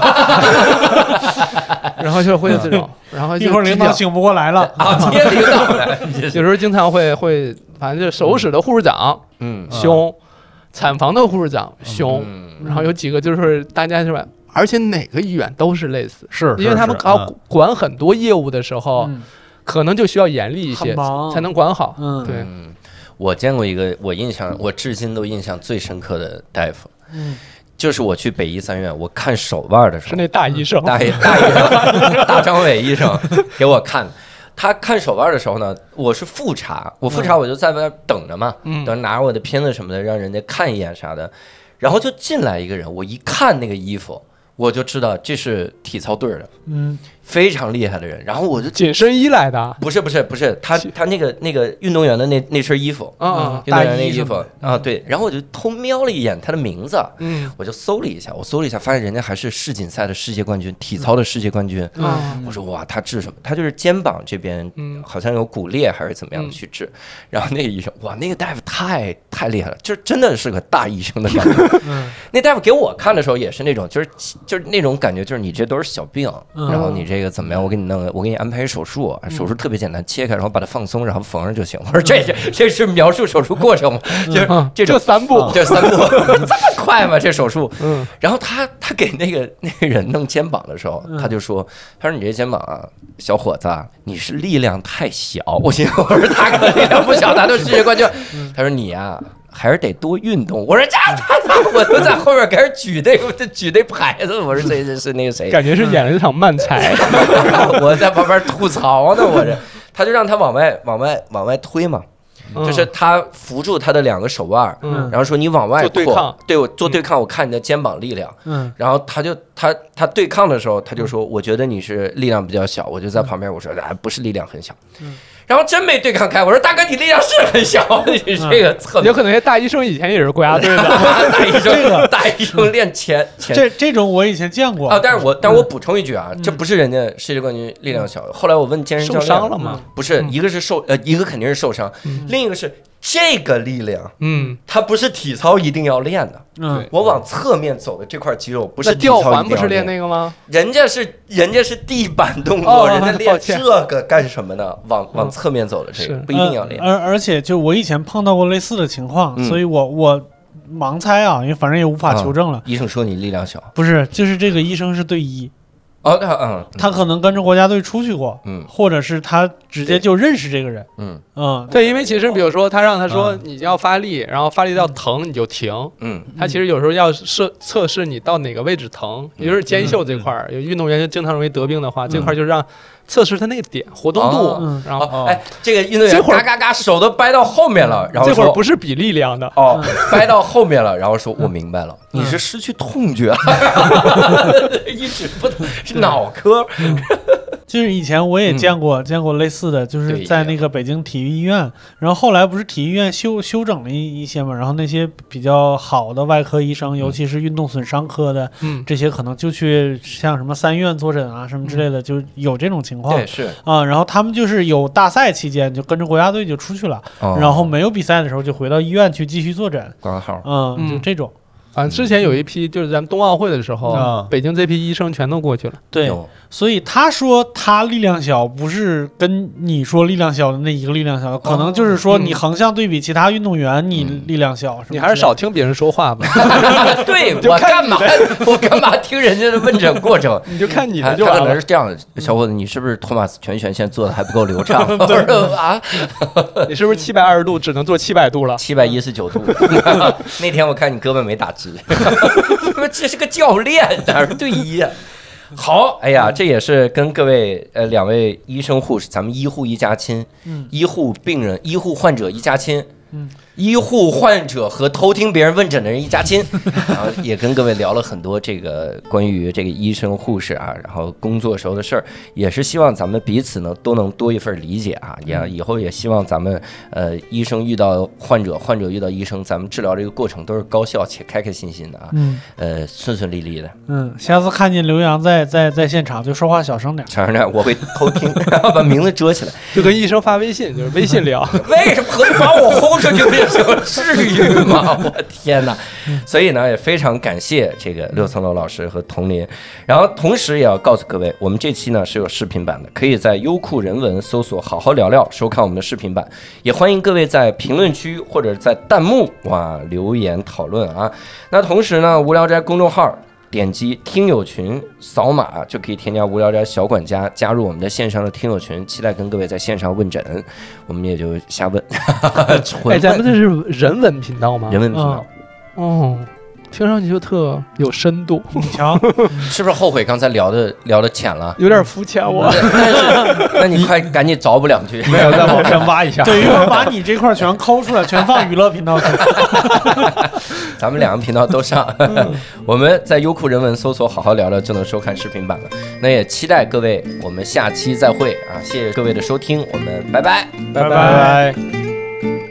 S4: 然后就会这种，然后
S2: 一会儿领导醒不过来了
S1: 啊，接领导来，
S4: 有时候经常会，反正就手术室的护士长，凶，产房的护士长凶，然后有几个就是大家是吧？而且哪个医院都是类似，
S5: 是
S4: 因为他们管很多业务的时候，可能就需要严厉一些才能管好，对。
S1: 我见过一个我至今都印象最深刻的大夫，就是我去北医3院，我看手腕的时候，
S4: 是那大医生，
S1: 大医生，大张伟医生给我看，他看手腕的时候呢，我是复查，我就在外边等着嘛，等拿我的片子什么的，让人家看一眼啥的，然后就进来一个人，我一看那个衣服，我就知道这是体操队的，非常厉害的人，然后我就
S4: 紧身衣来的，
S1: 不是，他那个运动员的那身衣服，运动员那衣服啊，对，然后我就偷瞄了一眼他的名字，我就搜了一下，发现人家还是世锦赛的世界冠军，体操的世界冠军，我说哇，他治什么？他就是肩膀这边好像有骨裂还是怎么样去治，然后那个医生，哇，那个大夫太厉害了，就真的是个大医生的感觉。那大夫给我看的时候也是那种，就是那种感觉，就是你这都是小病，然后你这个怎么样？我给你安排手术，手术特别简单，切开然后把它放松，然后缝上就行。我说这是描述手术过程吗？就是这
S4: 3步，
S1: 这3步这么快吗？这手术？然后他给那个人弄肩膀的时候，他就说，他说你这肩膀啊，小伙子，你是力量太小。我说他可力量不小，他都世界冠军。他说你呀，还是得多运动。我说我就在后面开始举那牌子。我说这是那个谁，
S4: 感觉是演了一场慢才。
S1: 我在旁边吐槽呢，他就让他往外推嘛。就是他扶住他的2个手腕，然后说你往外扩，对我做对抗，我看你的肩膀力量，然后他对抗的时候，他就说我觉得你是力量比较小，我就在旁边我说不是力量很小，然后真没对抗开，我说大哥你力量是很小，你这个侧
S4: 有可能大医生以前也是国家队的，
S1: 大医生练前
S2: 这种我以前见过
S1: 啊，但是我补充一句啊，这不是人家世界冠军力量小，后来我问健身教练，
S4: 受伤了吗？
S1: 不是，一个是一个肯定是受伤，另一个是这个力量，它不是体操一定要练的，我往侧面走的这块肌肉不是体操一定要练，
S4: 吊环不是练那个吗？
S1: 人家是地板动作，人家练这个干什么呢？往侧面走的这个不一定要练，
S2: 而且就我以前碰到过类似的情况，所以我盲猜啊，因为反正也无法求证了。
S1: 医生说你力量小，
S2: 不是，就是这个医生是队医。他可能跟着国家队出去过，或者是他直接就认识这个人，
S4: 对，因为其实比如说他让他说你要发力，然后发力到疼你就停，他其实有时候要测试你到哪个位置疼，也就是肩袖这块儿，有运动员经常容易得病的话，这块就让测试他那个点活动度，然后
S1: 这个运动员嘎嘎嘎手都掰到后面了，然后
S4: 这会儿不是比力量的
S1: 掰到后面了，然后说我明白了，你是失去痛觉了，一直不是脑科。
S2: 就是以前我也见过类似的，就是在那个北京体育医院，然后后来不是体育医院修整了一些嘛，然后那些比较好的外科医生，尤其是运动损伤科的，这些可能就去像什么3院坐诊啊什么之类的，就有这种情况。
S1: 对，是
S2: 啊，然后他们就是有大赛期间就跟着国家队就出去了，然后没有比赛的时候就回到医院去继续坐诊，
S1: 挂号，
S2: 就这种。
S4: 反正之前有一批就是咱们冬奥会的时候，北京这批医生全都过去了。
S2: 对，所以他说他力量小，不是跟你说力量小的那一个力量小，可能就是说你横向对比其他运动员，你力量小。
S4: 你还是少听别人说话吧。
S1: 对，我干嘛听人家的问诊过程？
S4: 你就看你的就
S1: 完了。可能是这样的，小伙子，你是不是托马斯全旋现在做的还不够流畅？啊，
S4: 你是不是720度只能做700度了
S1: ？719度。那天我看你胳膊没打直。这是个教练，哪是队医啊？好，哎呀，这也是跟各位2位医生护士，咱们医护一家亲，医护病人、医护患者一家亲，医护患者和偷听别人问诊的人一家亲，然后也跟各位聊了很多这个关于这个医生护士啊，然后工作时候的事儿，也是希望咱们彼此呢都能多一份理解啊，也以后也希望咱们医生遇到患者，患者遇到医生，咱们治疗这个过程都是高效且开开心心的啊，顺顺利利的。
S2: 下次看见刘洋在现场就说话小声点，
S1: 小声点，我会偷听，然后把名字遮起来，
S4: 就跟医生发微信，就是微信聊。
S1: 为什么何必把我轰出去？至于吗？我天哪！所以呢，也非常感谢这个6层楼老师和佟林。然后同时也要告诉各位，我们这期呢是有视频版的，可以在优酷人文搜索好好聊聊收看我们的视频版。也欢迎各位在评论区或者在弹幕留言讨论啊。那同时呢，无聊斋公众号点击听友群，扫码就可以添加无聊斋小管家，加入我们的线上的听友群，期待跟各位在线上问诊，我们也就瞎问。
S4: 咱们这是人文频道吗？
S1: 人文频道。
S4: 听上去就特有深度。
S2: 你瞧，
S1: 是不是后悔刚才聊的浅了？
S4: 有点肤浅我。
S1: 那你快赶紧找补2句。
S4: 没有，再往上挖一下。
S2: 对，一会儿把你这块全抠出来，全放娱乐频道去。
S1: 咱们2个频道都上。我们在优酷人文搜索好好聊聊就能收看视频版了。那也期待各位，我们下期再会啊！谢谢各位的收听，我们拜拜，
S4: 拜拜。